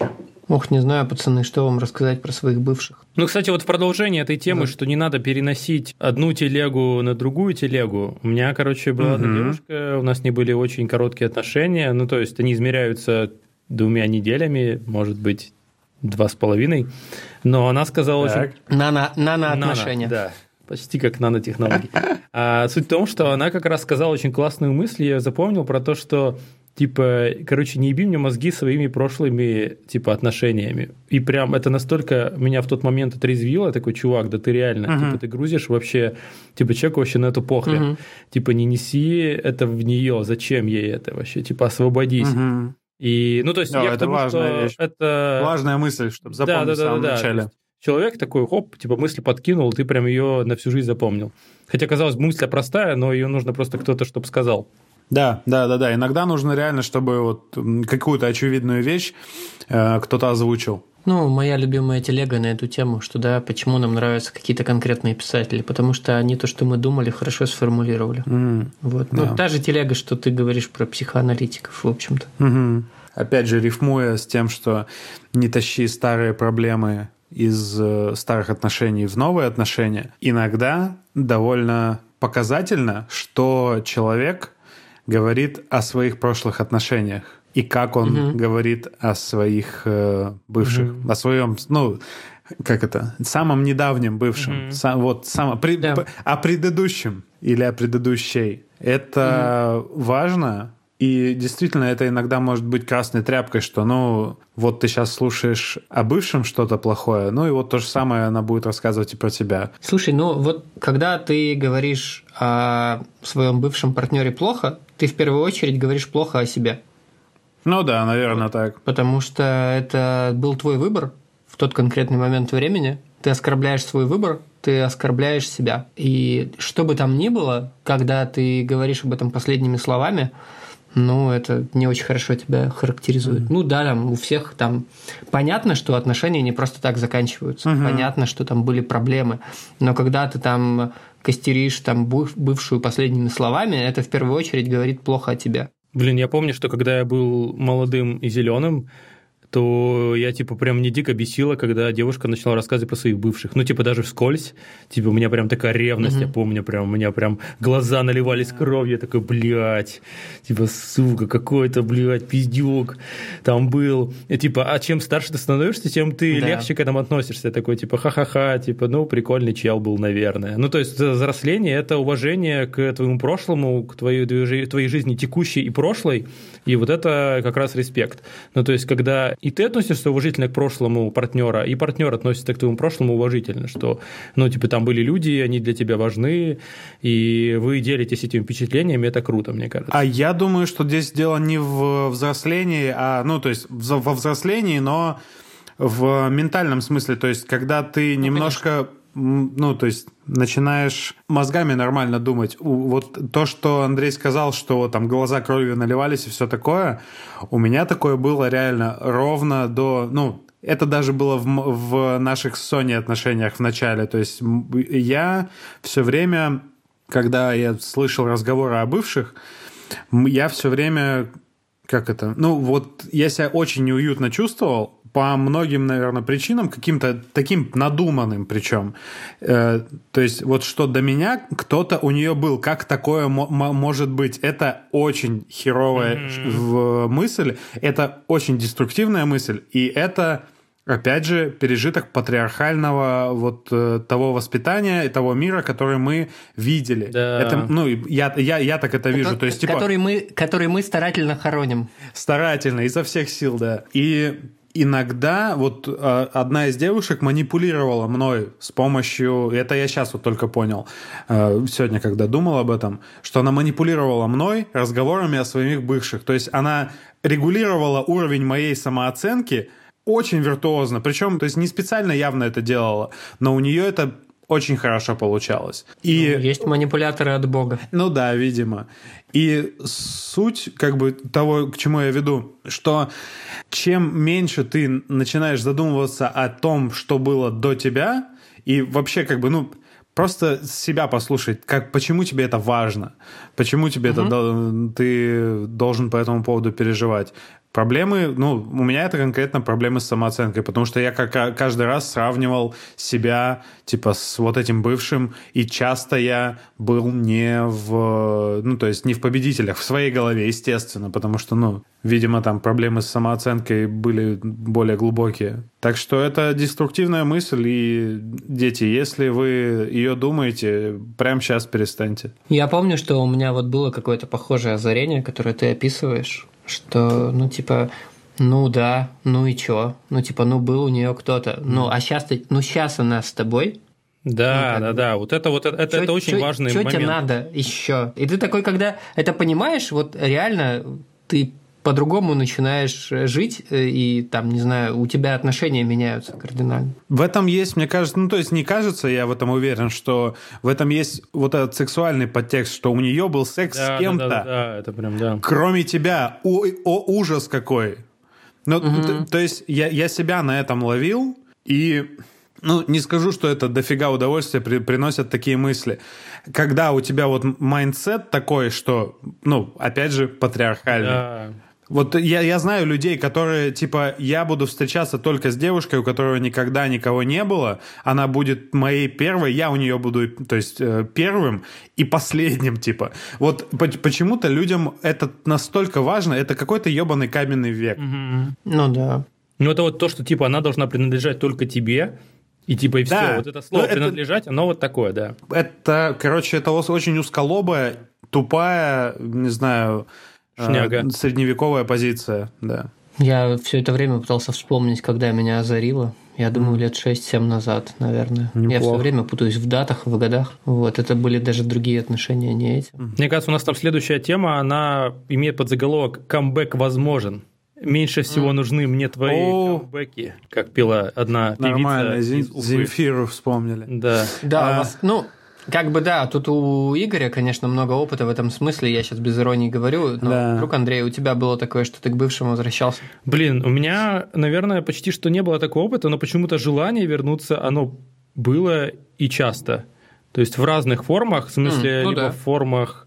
Speaker 3: Ох, не знаю, пацаны, что вам рассказать про своих бывших.
Speaker 1: Ну, кстати, вот в продолжение этой темы, да. что не надо переносить одну телегу на другую телегу. У меня, короче, была одна девушка, у нас с ней были очень короткие отношения, ну, то есть они измеряются двумя неделями, может быть, два с половиной, но она сказала так. очень...
Speaker 3: Нано, нано-отношения.
Speaker 1: Нано, да, почти как нанотехнологии. А суть в том, что она как раз сказала очень классную мысль, я запомнил про то, что типа, короче, не еби мне мозги своими прошлыми, типа, отношениями. И прям это настолько меня в тот момент отрезвило, такой, чувак, да ты реально, uh-huh. типа, ты грузишь вообще, типа, человеку вообще на эту похрен. Uh-huh. Типа, не неси это в нее, зачем ей это вообще, типа, освободись. Uh-huh. И, ну, то есть,
Speaker 2: да,
Speaker 1: я
Speaker 2: это
Speaker 1: к тому,
Speaker 2: важная
Speaker 1: что
Speaker 2: вещь.
Speaker 1: это...
Speaker 2: Важная мысль, чтобы запомнить
Speaker 1: да, да,
Speaker 2: в самом
Speaker 1: да, да,
Speaker 2: начале.
Speaker 1: Да. Человек такой, хоп, типа, мысль подкинул, ты прям ее на всю жизнь запомнил. Хотя, казалось бы, мысль простая, но ее нужно просто кто-то, чтобы сказал.
Speaker 2: Да, да, да, да. Иногда нужно реально, чтобы вот какую-то очевидную вещь э, кто-то озвучил.
Speaker 3: Ну, моя любимая телега на эту тему, что да, почему нам нравятся какие-то конкретные писатели, потому что они то, что мы думали, хорошо сформулировали. Mm, вот. Да. Ну, та же телега, что ты говоришь про психоаналитиков, в общем-то.
Speaker 2: Mm-hmm. Опять же, рифмуя с тем, что не тащи старые проблемы из э, старых отношений в новые отношения, иногда довольно показательно, что человек говорит о своих прошлых отношениях и как он uh-huh. говорит о своих э, бывших, uh-huh. о своем, ну, как это, самом недавнем бывшем, uh-huh. сам, вот, сам, при, yeah. о предыдущем или о предыдущей. Это uh-huh. важно, и действительно это иногда может быть красной тряпкой, что, ну, вот ты сейчас слушаешь о бывшем что-то плохое, ну и вот то же самое она будет рассказывать и про тебя.
Speaker 3: Слушай, ну вот когда ты говоришь о своем бывшем партнере плохо, ты в первую очередь говоришь плохо о себе.
Speaker 2: Ну да, наверное, вот. Так.
Speaker 3: Потому что это был твой выбор в тот конкретный момент времени. Ты оскорбляешь свой выбор, ты оскорбляешь себя. И что бы там ни было, когда ты говоришь об этом последними словами, ну, это не очень хорошо тебя характеризует. Mm-hmm. Ну да, там у всех там понятно, что отношения не просто так заканчиваются. Mm-hmm. Понятно, что там были проблемы. Но когда ты там костеришь там бывшую последними словами, это в первую очередь говорит плохо о тебе.
Speaker 1: Блин, я помню, что когда я был молодым и зеленым, то я, типа, прям не дико бесила, когда девушка начала рассказывать про своих бывших. Ну, типа, даже вскользь. Типа, у меня прям такая ревность, mm-hmm. я помню, прям, у меня прям глаза наливались кровью. Я такой, блядь, типа, сука, какой-то, блядь, пиздюк там был. И, типа, а чем старше ты становишься, тем ты да. легче к этому относишься. Такой, типа, ха-ха-ха, типа, ну, прикольный чел был, наверное. Ну, то есть, взросление – это уважение к твоему прошлому, к твоей, твоей жизни текущей и прошлой. И вот это как раз респект. Ну, то есть, когда и ты относишься уважительно к прошлому партнера, и партнер относится к твоему прошлому уважительно, что, ну, типа, там были люди, они для тебя важны, и вы делитесь этими впечатлениями, это круто, мне кажется.
Speaker 2: А я думаю, что здесь дело не в взрослении, а, ну, то есть, во взрослении, но в ментальном смысле, то есть, когда ты ну, немножко... Конечно. Ну, то есть, начинаешь мозгами нормально думать. Вот то, что Андрей сказал, что там глаза кровью наливались и все такое, у меня такое было реально ровно до... Ну, это даже было в, в наших с Соней отношениях в начале. То есть, я все время, когда я слышал разговоры о бывших, я все время... Как это? Ну, вот я себя очень неуютно чувствовал, по многим, наверное, причинам, каким-то таким надуманным причем. Э, то есть вот что до меня кто-то у нее был, как такое м- может быть? Это очень херовая mm-hmm. мысль, это очень деструктивная мысль, и это... Опять же, пережиток патриархального вот э, того воспитания и того мира, который мы видели. Да. Это, ну, я, я, я так это вижу.
Speaker 3: Это,
Speaker 2: То есть, типа,
Speaker 3: который, мы, который мы старательно хороним.
Speaker 2: Старательно, изо всех сил, да. И иногда вот э, одна из девушек манипулировала мной с помощью... Это я сейчас вот только понял, э, сегодня, когда думал об этом, что она манипулировала мной разговорами о своих бывших. То есть она регулировала уровень моей самооценки очень виртуозно, причем, то есть не специально явно это делала, но у нее это очень хорошо получалось. И...
Speaker 3: Ну, есть манипуляторы от Бога.
Speaker 2: Ну да, видимо. И суть как бы того, к чему я веду, что чем меньше ты начинаешь задумываться о том, что было до тебя, и вообще как бы, ну, просто себя послушать, как, почему тебе это важно, почему тебе угу. это ты должен по этому поводу переживать. Проблемы, ну, у меня это конкретно проблемы с самооценкой, потому что я как каждый раз сравнивал себя, типа, с вот этим бывшим, и часто я был не в, ну, то есть не в победителях, в своей голове, естественно, потому что, ну, видимо, там проблемы с самооценкой были более глубокие. Так что это деструктивная мысль, и, дети, если вы ее думаете, прямо сейчас перестаньте.
Speaker 3: Я помню, что у меня вот было какое-то похожее озарение, которое ты описываешь, что, ну, типа, ну да, ну и чё? Ну, типа, ну был у нее кто-то. Ну, а сейчас ты, ну сейчас она с тобой.
Speaker 1: Да,
Speaker 3: ну,
Speaker 1: да,
Speaker 3: бы.
Speaker 1: да. Вот это вот это, чё, это очень
Speaker 3: чё,
Speaker 1: важный
Speaker 3: чё
Speaker 1: момент.
Speaker 3: Что тебе надо еще? И ты такой, когда это понимаешь, вот реально ты по-другому начинаешь жить, и там, не знаю, у тебя отношения меняются кардинально.
Speaker 2: В этом есть, мне кажется, ну то есть не кажется, я в этом уверен, что в этом есть вот этот сексуальный подтекст, что у нее был секс
Speaker 1: да,
Speaker 2: с кем-то,
Speaker 1: да, да, да, это прям, да.
Speaker 2: Кроме тебя. О, о ужас какой. Ну, угу. то, то есть я, я себя на этом ловил, и... Ну, не скажу, что это дофига удовольствия при, приносят такие мысли. Когда у тебя вот майндсет такой, что, ну, опять же, патриархальный.
Speaker 1: Да.
Speaker 2: Вот я, я знаю людей, которые, типа, я буду встречаться только с девушкой, у которой никогда никого не было, она будет моей первой, я у нее буду, то есть, первым и последним, типа. Вот почему-то людям это настолько важно, это какой-то ебаный каменный век.
Speaker 3: Угу. Ну да.
Speaker 1: Ну это вот то, что, типа, она должна принадлежать только тебе, и типа и все. Да. Вот это слово ну, принадлежать, это, оно вот такое, да.
Speaker 2: Это, короче, это очень узколобая, тупая, не знаю...
Speaker 1: Шняга.
Speaker 2: Средневековая позиция, да.
Speaker 3: Я все это время пытался вспомнить, когда меня озарило. Я думаю, лет шесть-семь назад, наверное. Неплохо. Я все время путаюсь в датах, в годах. Вот, это были даже другие отношения, не эти.
Speaker 1: Мне кажется, у нас там следующая тема, она имеет подзаголовок «Камбэк возможен». Меньше всего mm. нужны мне твои oh. камбэки, как пела одна певица.
Speaker 2: Нормально, Земфиру вспомнили.
Speaker 1: Да.
Speaker 3: Да, а... вас, ну... Как бы да, тут у Игоря, конечно, много опыта в этом смысле, я сейчас без иронии говорю, но да. Вдруг, Андрей, у тебя было такое, что ты к бывшему возвращался?
Speaker 1: Блин, у меня, наверное, почти что не было такого опыта, но почему-то желание вернуться, оно было и часто. То есть в разных формах, в смысле, mm, ну либо да. в формах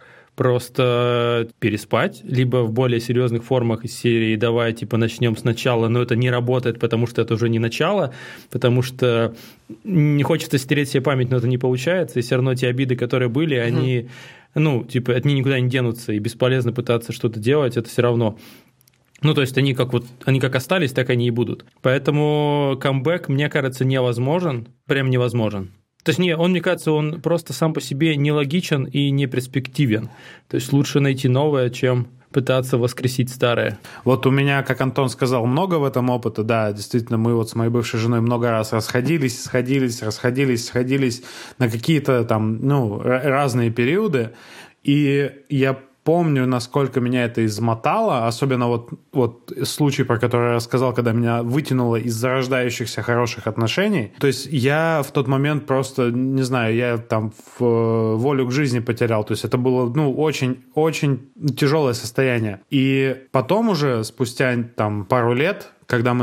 Speaker 1: просто переспать, либо в более серьезных формах из серии «давай, типа, начнем сначала», но это не работает, потому что это уже не начало, потому что не хочется стереть себе память, но это не получается, и все равно те обиды, которые были, они, mm. ну, типа, от них никуда не денутся, и бесполезно пытаться что-то делать, это все равно. Ну, то есть они как, вот, они как остались, так они и будут. Поэтому камбэк, мне кажется, невозможен, прям невозможен. Точнее, он, мне кажется, он просто сам по себе нелогичен и не перспективен. То есть лучше найти новое, чем пытаться воскресить старое.
Speaker 2: Вот у меня, как Антон сказал, много в этом опыта. Да, действительно, мы вот с моей бывшей женой много раз расходились, сходились, расходились, сходились на какие-то там, ну, разные периоды. И я помню, насколько меня это измотало, особенно вот, вот случай, про который я рассказал, когда меня вытянуло из зарождающихся хороших отношений. То есть я в тот момент просто, не знаю, я там в, волю к жизни потерял. То есть это было, ну, очень-очень тяжелое состояние. И потом уже, спустя там пару лет, когда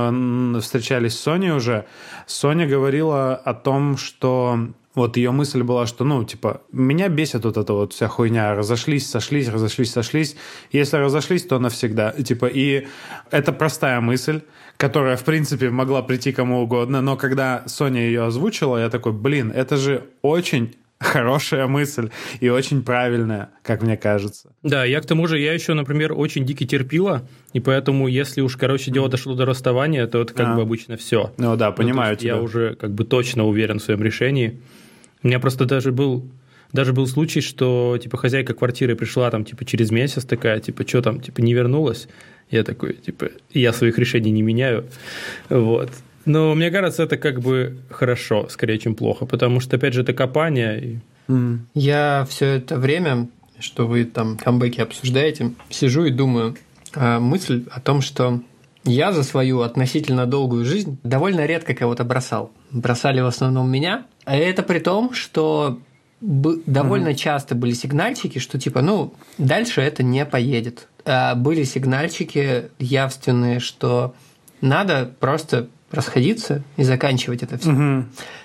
Speaker 2: мы э, встречались с Соней уже, Соня говорила о том, что... Вот ее мысль была, что, ну, типа, меня бесит вот эта вот вся хуйня. Разошлись, сошлись, разошлись, сошлись. Если разошлись, то навсегда. Типа, и это простая мысль, которая, в принципе, могла прийти кому угодно. Но когда Соня ее озвучила, я такой, блин, это же очень хорошая мысль и очень правильная, как мне кажется.
Speaker 1: Да, я к тому же, я еще, например, очень дико терпила, и поэтому, если уж, короче, дело дошло до расставания, то это как а. бы обычно все.
Speaker 2: Ну да, понимаю
Speaker 1: ну,
Speaker 2: тебя.
Speaker 1: Я уже как бы точно уверен в своем решении. У меня просто даже был, даже был случай, что типа хозяйка квартиры пришла там типа через месяц такая, типа, что там, типа, не вернулась? Я такой, типа, я своих решений не меняю, вот. Но мне кажется, это как бы хорошо, скорее, чем плохо, потому что, опять же, это копание. И...
Speaker 3: Mm. Я все это время, что вы там камбэки обсуждаете, сижу и думаю, а мысль о том, что я за свою относительно долгую жизнь довольно редко кого-то бросал. Бросали в основном меня, а это при том, что довольно mm-hmm. часто были сигнальчики, что типа, ну, дальше это не поедет. А были сигнальчики явственные, что надо просто расходиться и заканчивать это все. Mm-hmm.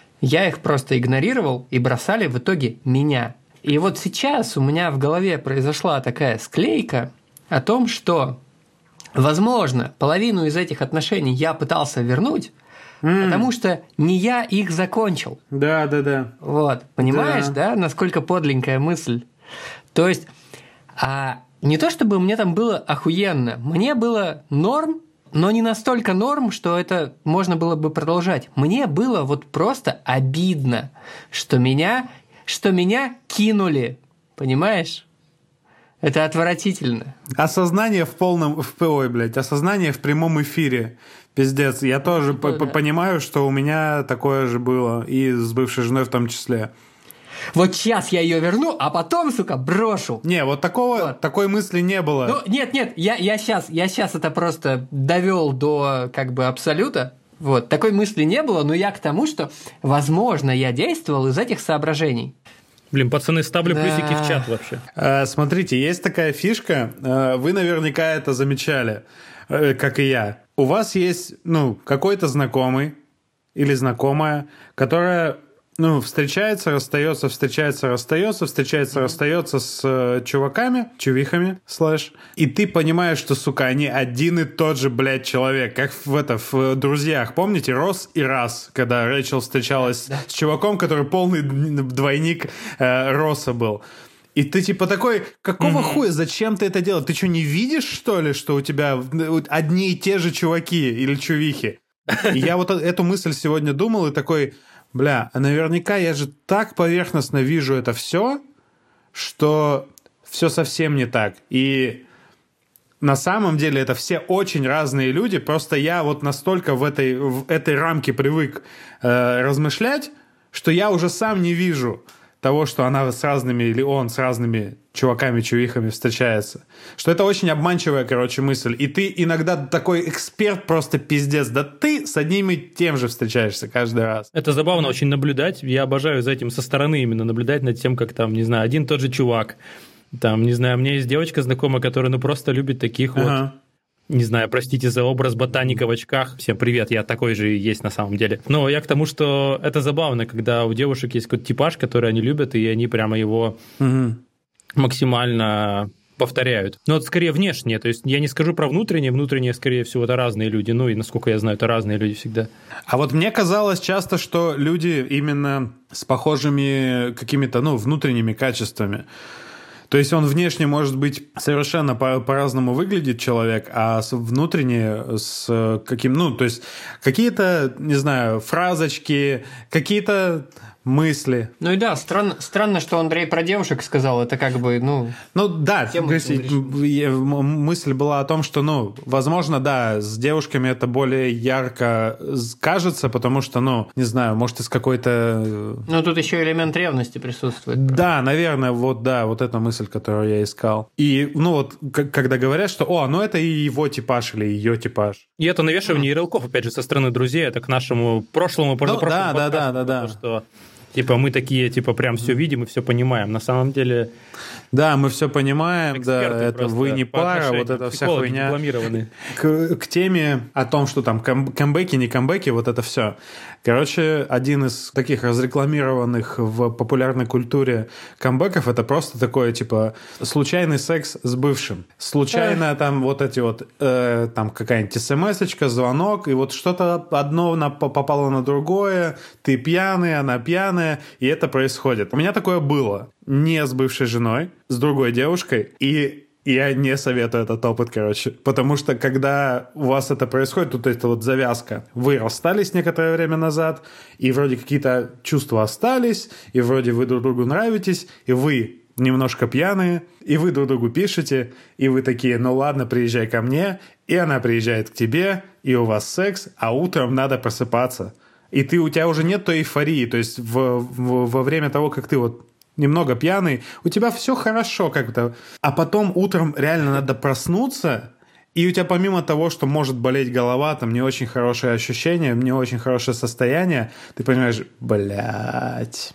Speaker 3: Я их просто игнорировал, и бросали в итоге меня. И вот сейчас у меня в голове произошла такая склейка о том, что возможно, половину из этих отношений я пытался вернуть, mm. потому что не я их закончил.
Speaker 2: Да, да, да.
Speaker 3: Вот, понимаешь, да, да насколько подленькая мысль? То есть, а, не то чтобы мне там было охуенно, мне было норм, но не настолько норм, что это можно было бы продолжать. Мне было вот просто обидно, что меня, что меня кинули, понимаешь? Это отвратительно.
Speaker 2: Осознание в полном... В, ой, блядь, осознание в прямом эфире. Пиздец. Я тоже
Speaker 3: да,
Speaker 2: п-
Speaker 3: да.
Speaker 2: понимаю, что у меня такое же было. И с бывшей женой в том числе.
Speaker 3: Вот сейчас я ее верну, а потом, сука, брошу.
Speaker 2: Не, вот такого, вот. Такой мысли не было.
Speaker 3: Ну, нет, нет, я, я, сейчас, я сейчас это просто довел до как бы абсолюта. Вот, такой мысли не было, но я к тому, что, возможно, я действовал из этих соображений.
Speaker 1: Блин, пацаны, ставлю да. плюсики в чат вообще.
Speaker 2: А, смотрите, есть такая фишка, вы наверняка это замечали, как и я. У вас есть, ну, какой-то знакомый или знакомая, которая, ну, встречается, расстается, встречается, расстается, встречается, расстается с э, чуваками, чувихами, слэш, и ты понимаешь, что, сука, они один и тот же, блядь, человек, как в, это, в «Друзьях». Помните, Росс и Раз, когда Рэйчел встречалась да. с чуваком, который полный двойник э, Росса был. И ты типа такой, какого mm-hmm. хуя, зачем ты это делаешь? Ты что, не видишь, что ли, что у тебя одни и те же чуваки или чувихи? И я вот эту мысль сегодня думал и такой... Бля, а наверняка я же так поверхностно вижу это все, что все совсем не так. И на самом деле это все очень разные люди, просто я вот настолько в этой, в этой рамке привык э, размышлять, что я уже сам не вижу того, что она с разными, или он с разными чуваками, чувихами встречается. Что это очень обманчивая, короче, мысль. И ты иногда такой эксперт просто пиздец. Да ты с одним и тем же встречаешься каждый раз.
Speaker 1: Это забавно очень наблюдать. Я обожаю за этим со стороны именно наблюдать над тем, как там, не знаю, один тот же чувак. Там, не знаю, у меня есть девочка знакомая, которая ну просто любит таких ага. вот... Не знаю, простите за образ ботаника в очках. Всем привет, я такой же и есть на самом деле. Но я к тому, что это забавно, когда у девушек есть какой-то типаж, который они любят, и они прямо его угу. максимально повторяют. Но это скорее внешнее, то есть я не скажу про внутреннее, внутреннее, скорее всего, это разные люди, ну и, насколько я знаю, это разные люди всегда.
Speaker 2: А вот мне казалось часто, что люди именно с похожими какими-то, ну, внутренними качествами. То есть он внешне может быть совершенно по- по-разному выглядит человек, а внутренне с каким, ну, то есть какие-то, не знаю, фразочки, какие-то мысли.
Speaker 3: Ну и да, странно, странно, что Андрей про девушек сказал, это как бы, ну...
Speaker 2: Ну да, мысль была о том, что, ну, возможно, да, с девушками это более ярко кажется, потому что, ну, не знаю, может, из какой-то...
Speaker 3: Ну тут еще элемент ревности присутствует.
Speaker 2: Да, наверное, вот, да, вот эта мысль, которую я искал. И, ну вот, когда говорят, что, о, ну это и его типаж или ее типаж.
Speaker 1: И это навешивание ярлыков, опять же, со стороны друзей, это к нашему прошлому, позапрошлому
Speaker 2: ну, да, да, да, да, да.
Speaker 1: что... Типа мы такие, типа прям все видим и все понимаем. На самом деле...
Speaker 2: Да, мы все понимаем, да, это вы не пара, вот эта вся хуйня. К, к теме о том, что там кам- камбэки, не камбэки, вот это все. Короче, один из таких разрекламированных в популярной культуре камбэков это просто такое, типа, случайный секс с бывшим. Случайно Эх. там вот эти вот, э, там какая-нибудь смс-очка, звонок, и вот что-то одно на, попало на другое, ты пьяный, она пьяная, и это происходит. У меня такое было. Не с бывшей женой, с другой девушкой, и я не советую этот опыт, короче, потому что когда у вас это происходит, тут это вот завязка, вы расстались некоторое время назад, и вроде какие-то чувства остались, и вроде вы друг другу нравитесь, и вы немножко пьяные, и вы друг другу пишете, и вы такие, ну ладно, приезжай ко мне, и она приезжает к тебе, и у вас секс, а утром надо просыпаться. И ты, у тебя уже нет той эйфории, то есть в, в, во время того, как ты вот немного пьяный, у тебя все хорошо как-то. А потом утром реально надо проснуться, и у тебя помимо того, что может болеть голова, там не очень хорошее ощущение, не очень хорошее состояние, ты понимаешь, блядь.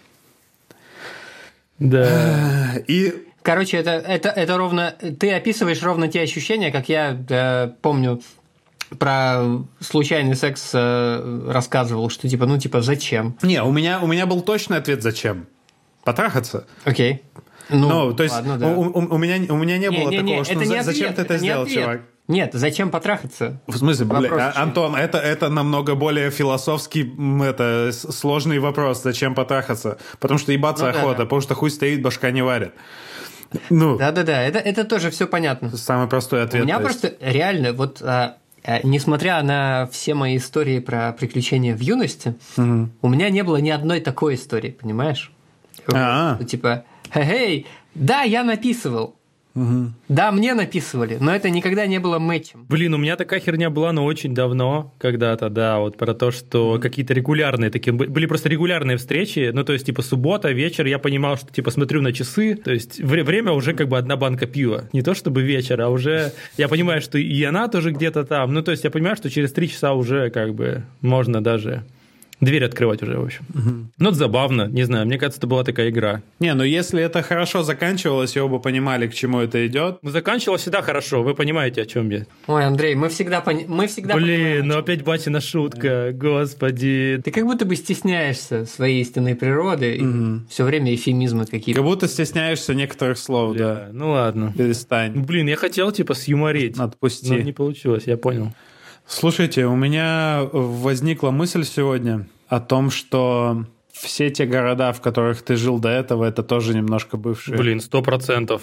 Speaker 1: Да.
Speaker 2: И...
Speaker 3: Короче, это, это, это ровно... Ты описываешь ровно те ощущения, как я э, помню... Про случайный секс э, рассказывал, что типа, ну типа, зачем?
Speaker 2: Не, у меня, у меня был точный ответ, зачем. Потрахаться.
Speaker 3: Окей. Ну,
Speaker 2: ну, то есть
Speaker 3: ладно, да.
Speaker 2: у, у, у, меня, у меня не, не было
Speaker 3: не,
Speaker 2: такого,
Speaker 3: не,
Speaker 2: что
Speaker 3: это
Speaker 2: за,
Speaker 3: не
Speaker 2: зачем
Speaker 3: ответ,
Speaker 2: ты это, это сделал,
Speaker 3: ответ.
Speaker 2: чувак?
Speaker 3: Нет, зачем потрахаться?
Speaker 2: В смысле, блин, а, Антон, это, это намного более философский, это, сложный вопрос. Зачем потрахаться? Потому что ебаться ну, охота, да, да. потому что хуй стоит, башка не варит. Ну,
Speaker 3: да-да-да, это, это тоже все понятно.
Speaker 2: Самый простой ответ.
Speaker 3: У меня просто реально, вот а, а, несмотря на все мои истории про приключения в юности, угу. у меня не было ни одной такой истории, понимаешь? Вот, типа, эй, да, я написывал. Угу. Да, мне написывали, но это никогда не было мэтчем.
Speaker 1: Блин, у меня такая херня была, но очень давно, когда-то, да, вот про то, что mm-hmm. какие-то регулярные такие, были просто регулярные встречи, ну, то есть, типа, суббота, вечер, я понимал, что, типа, смотрю на часы, то есть, время уже как бы одна банка пива, не то чтобы вечер, а уже, я понимаю, что и она тоже где-то там, ну, то есть, я понимаю, что через три часа уже как бы можно даже... Дверь открывать уже, в общем. Угу. Ну, это забавно, не знаю, мне кажется, это была такая игра.
Speaker 2: Не, ну если это хорошо заканчивалось, и оба понимали, к чему это идет.
Speaker 1: Ну, заканчивалось всегда хорошо, вы понимаете, о чем я.
Speaker 3: Ой, Андрей, мы всегда, пони... мы всегда
Speaker 1: Блин,
Speaker 3: понимаем.
Speaker 1: ну опять батина шутка, господи.
Speaker 3: Ты как будто бы стесняешься своей истинной природы, угу. и все время эфемизмы какие-то.
Speaker 2: Как будто стесняешься некоторых слов, Бля, да.
Speaker 1: Ну ладно.
Speaker 2: Перестань.
Speaker 1: Блин, я хотел, типа, сюморить.
Speaker 2: Отпусти.
Speaker 1: Но не получилось, я понял.
Speaker 2: Слушайте, у меня возникла мысль сегодня о том, что все те города, в которых ты жил до этого, это тоже немножко бывшие.
Speaker 1: Блин, сто процентов.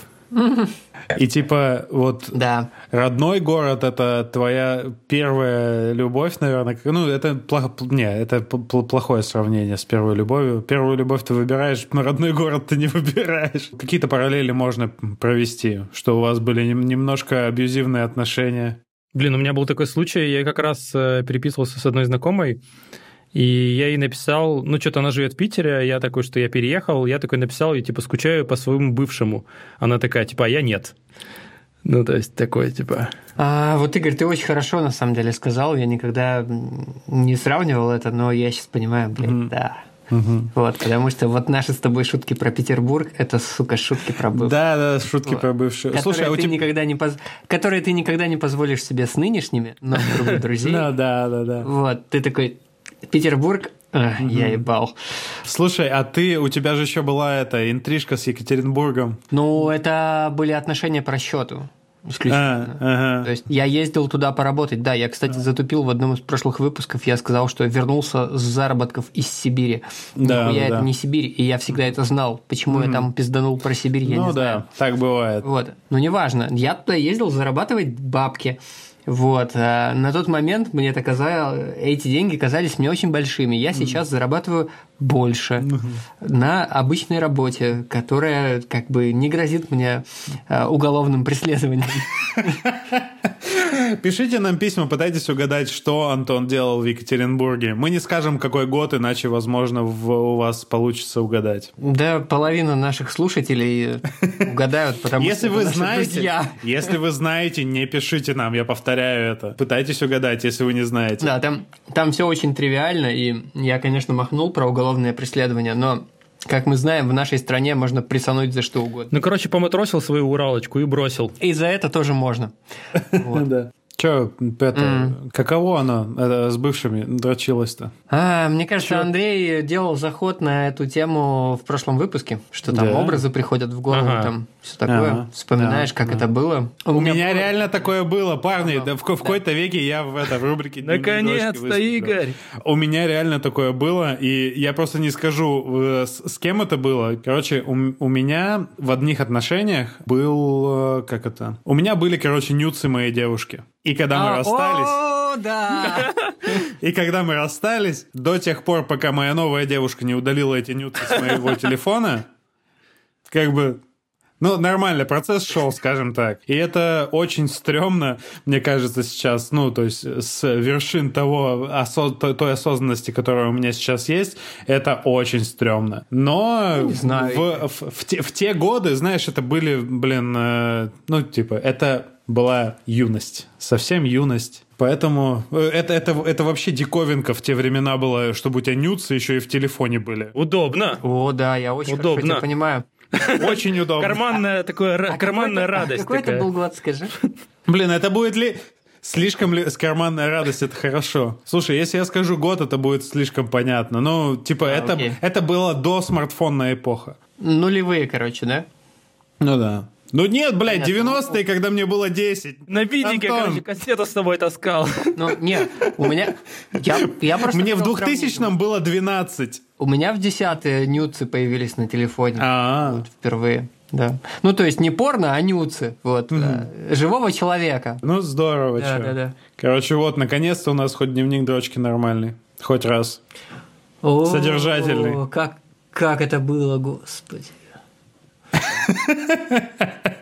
Speaker 2: И типа вот
Speaker 3: да.
Speaker 2: родной город — это твоя первая любовь, наверное. Ну, это плохо, не, это плохое сравнение с первой любовью. Первую любовь ты выбираешь, но родной город ты не выбираешь. Какие-то параллели можно провести, что у вас были немножко абьюзивные отношения.
Speaker 1: Блин, у меня был такой случай, я как раз переписывался с одной знакомой, и я ей написал, ну, что-то она живет в Питере, я такой, что я переехал, я такой написал ей, типа, скучаю по своему бывшему. Она такая, типа, а я нет. Ну, то есть, такой, типа...
Speaker 3: А, вот, Игорь, ты очень хорошо, на самом деле, сказал, я никогда не сравнивал это, но я сейчас понимаю, блин, mm-hmm. да... Угу. Вот, потому что вот наши с тобой шутки про Петербург — это, сука, шутки про бывших.
Speaker 2: Да, да, шутки вот. Про бывших.
Speaker 3: Которые, Слушай, ты тебя... никогда не поз... которые ты никогда не позволишь себе с нынешними, но с других друзей.
Speaker 2: Да, да, да, да.
Speaker 3: Вот, ты такой, Петербург, я ебал.
Speaker 2: Слушай, а ты, у тебя же еще была эта интрижка с Екатеринбургом.
Speaker 3: Ну, это были отношения по расчету. Исключительно. А, ага. То есть я ездил туда поработать. Да, я, кстати, затупил в одном из прошлых выпусков. Я сказал, что вернулся с заработков из Сибири.
Speaker 2: Да,
Speaker 3: но я
Speaker 2: да.
Speaker 3: это не Сибирь, и я всегда это знал. Почему mm-hmm. я там пизданул про Сибирь, я
Speaker 2: ну,
Speaker 3: не
Speaker 2: да,
Speaker 3: знаю.
Speaker 2: так бывает.
Speaker 3: Вот. Но неважно. Я туда ездил зарабатывать бабки. Вот. А на тот момент мне это казалось, эти деньги казались мне очень большими. Я сейчас mm-hmm. зарабатываю больше mm-hmm. на обычной работе, которая как бы не грозит мне а, уголовным преследованием.
Speaker 2: Пишите нам письма, пытайтесь угадать, что Антон делал в Екатеринбурге. Мы не скажем, какой год, иначе, возможно, в, у вас получится угадать.
Speaker 3: Да, половина наших слушателей угадают, потому
Speaker 2: если
Speaker 3: что
Speaker 2: вы
Speaker 3: это наши
Speaker 2: знаете,
Speaker 3: друзья.
Speaker 2: Если вы знаете, не пишите нам, я повторяю это. Пытайтесь угадать, если вы не знаете.
Speaker 3: Да, там, там все очень тривиально, и я, конечно, махнул про уголовное преследование, но... Как мы знаем, в нашей стране можно присануть за что угодно.
Speaker 1: Ну, короче, поматросил свою Уралочку и бросил.
Speaker 3: И за это тоже можно.
Speaker 2: Да. Че, это, mm. каково оно это, с бывшими дрочилось-то?
Speaker 3: А, мне кажется, Чё? Андрей делал заход на эту тему в прошлом выпуске, что там да. образы приходят в голову, ага. там все такое. Ага. Вспоминаешь, да. как да. это было.
Speaker 2: У, У меня, меня было... реально такое было, парни. Ага. Да, в, в да. какой-то веке я в, это, в рубрике
Speaker 1: наконец-то, Игорь!
Speaker 2: У меня реально такое было, и я просто не скажу, с, с кем это было. Короче, у, у меня в одних отношениях был, как это... У меня были, короче, нюцы моей девушки. И когда мы а, расстались...
Speaker 3: О, да!
Speaker 2: И когда мы расстались, до тех пор, пока моя новая девушка не удалила эти нюцы с моего телефона, как бы... Ну, нормально, процесс шел, скажем так. И это очень стрёмно, мне кажется, сейчас, ну, то есть с вершин того, осо- той осознанности, которая у меня сейчас есть, это очень стрёмно. Но
Speaker 3: не знаю.
Speaker 2: В, в, в, те, в те годы, знаешь, это были, блин, э, ну, типа, это была юность, совсем юность. Поэтому это, это, это вообще диковинка в те времена была, чтобы у тебя нюцы еще и в телефоне были.
Speaker 1: Удобно.
Speaker 3: О, да, я очень
Speaker 1: Удобно.
Speaker 3: хорошо тебя понимаю.
Speaker 2: Очень удобно.
Speaker 1: Карманная, такое, а карманная
Speaker 3: какой
Speaker 1: радость.
Speaker 3: Какой
Speaker 1: такая.
Speaker 3: это был год, скажи?
Speaker 2: Блин, это будет ли... Слишком ли с карманная радость, это хорошо. Слушай, если я скажу год, это будет слишком понятно. Ну, типа, а, это, это было до смартфонная эпоха.
Speaker 3: Нулевые, короче, да?
Speaker 2: Ну да. Ну нет, блядь, девяностые, когда мне было десять.
Speaker 1: На виднике, короче, кассету с собой таскал.
Speaker 3: Ну, нет, у меня... Я, я просто
Speaker 2: мне в двухтысячном было двенадцать.
Speaker 3: У меня в десятые нюцы появились на телефоне.
Speaker 2: А-а-а.
Speaker 3: Вот, впервые. Да. Ну, то есть не порно, а нюцы. Вот. Угу. Да. Живого человека.
Speaker 2: Ну, здорово.
Speaker 3: Да, да, да.
Speaker 2: Короче, вот, наконец-то у нас хоть дневник дрочки нормальный. Хоть раз.
Speaker 3: О,
Speaker 2: содержательный.
Speaker 3: Как, как это было, господи.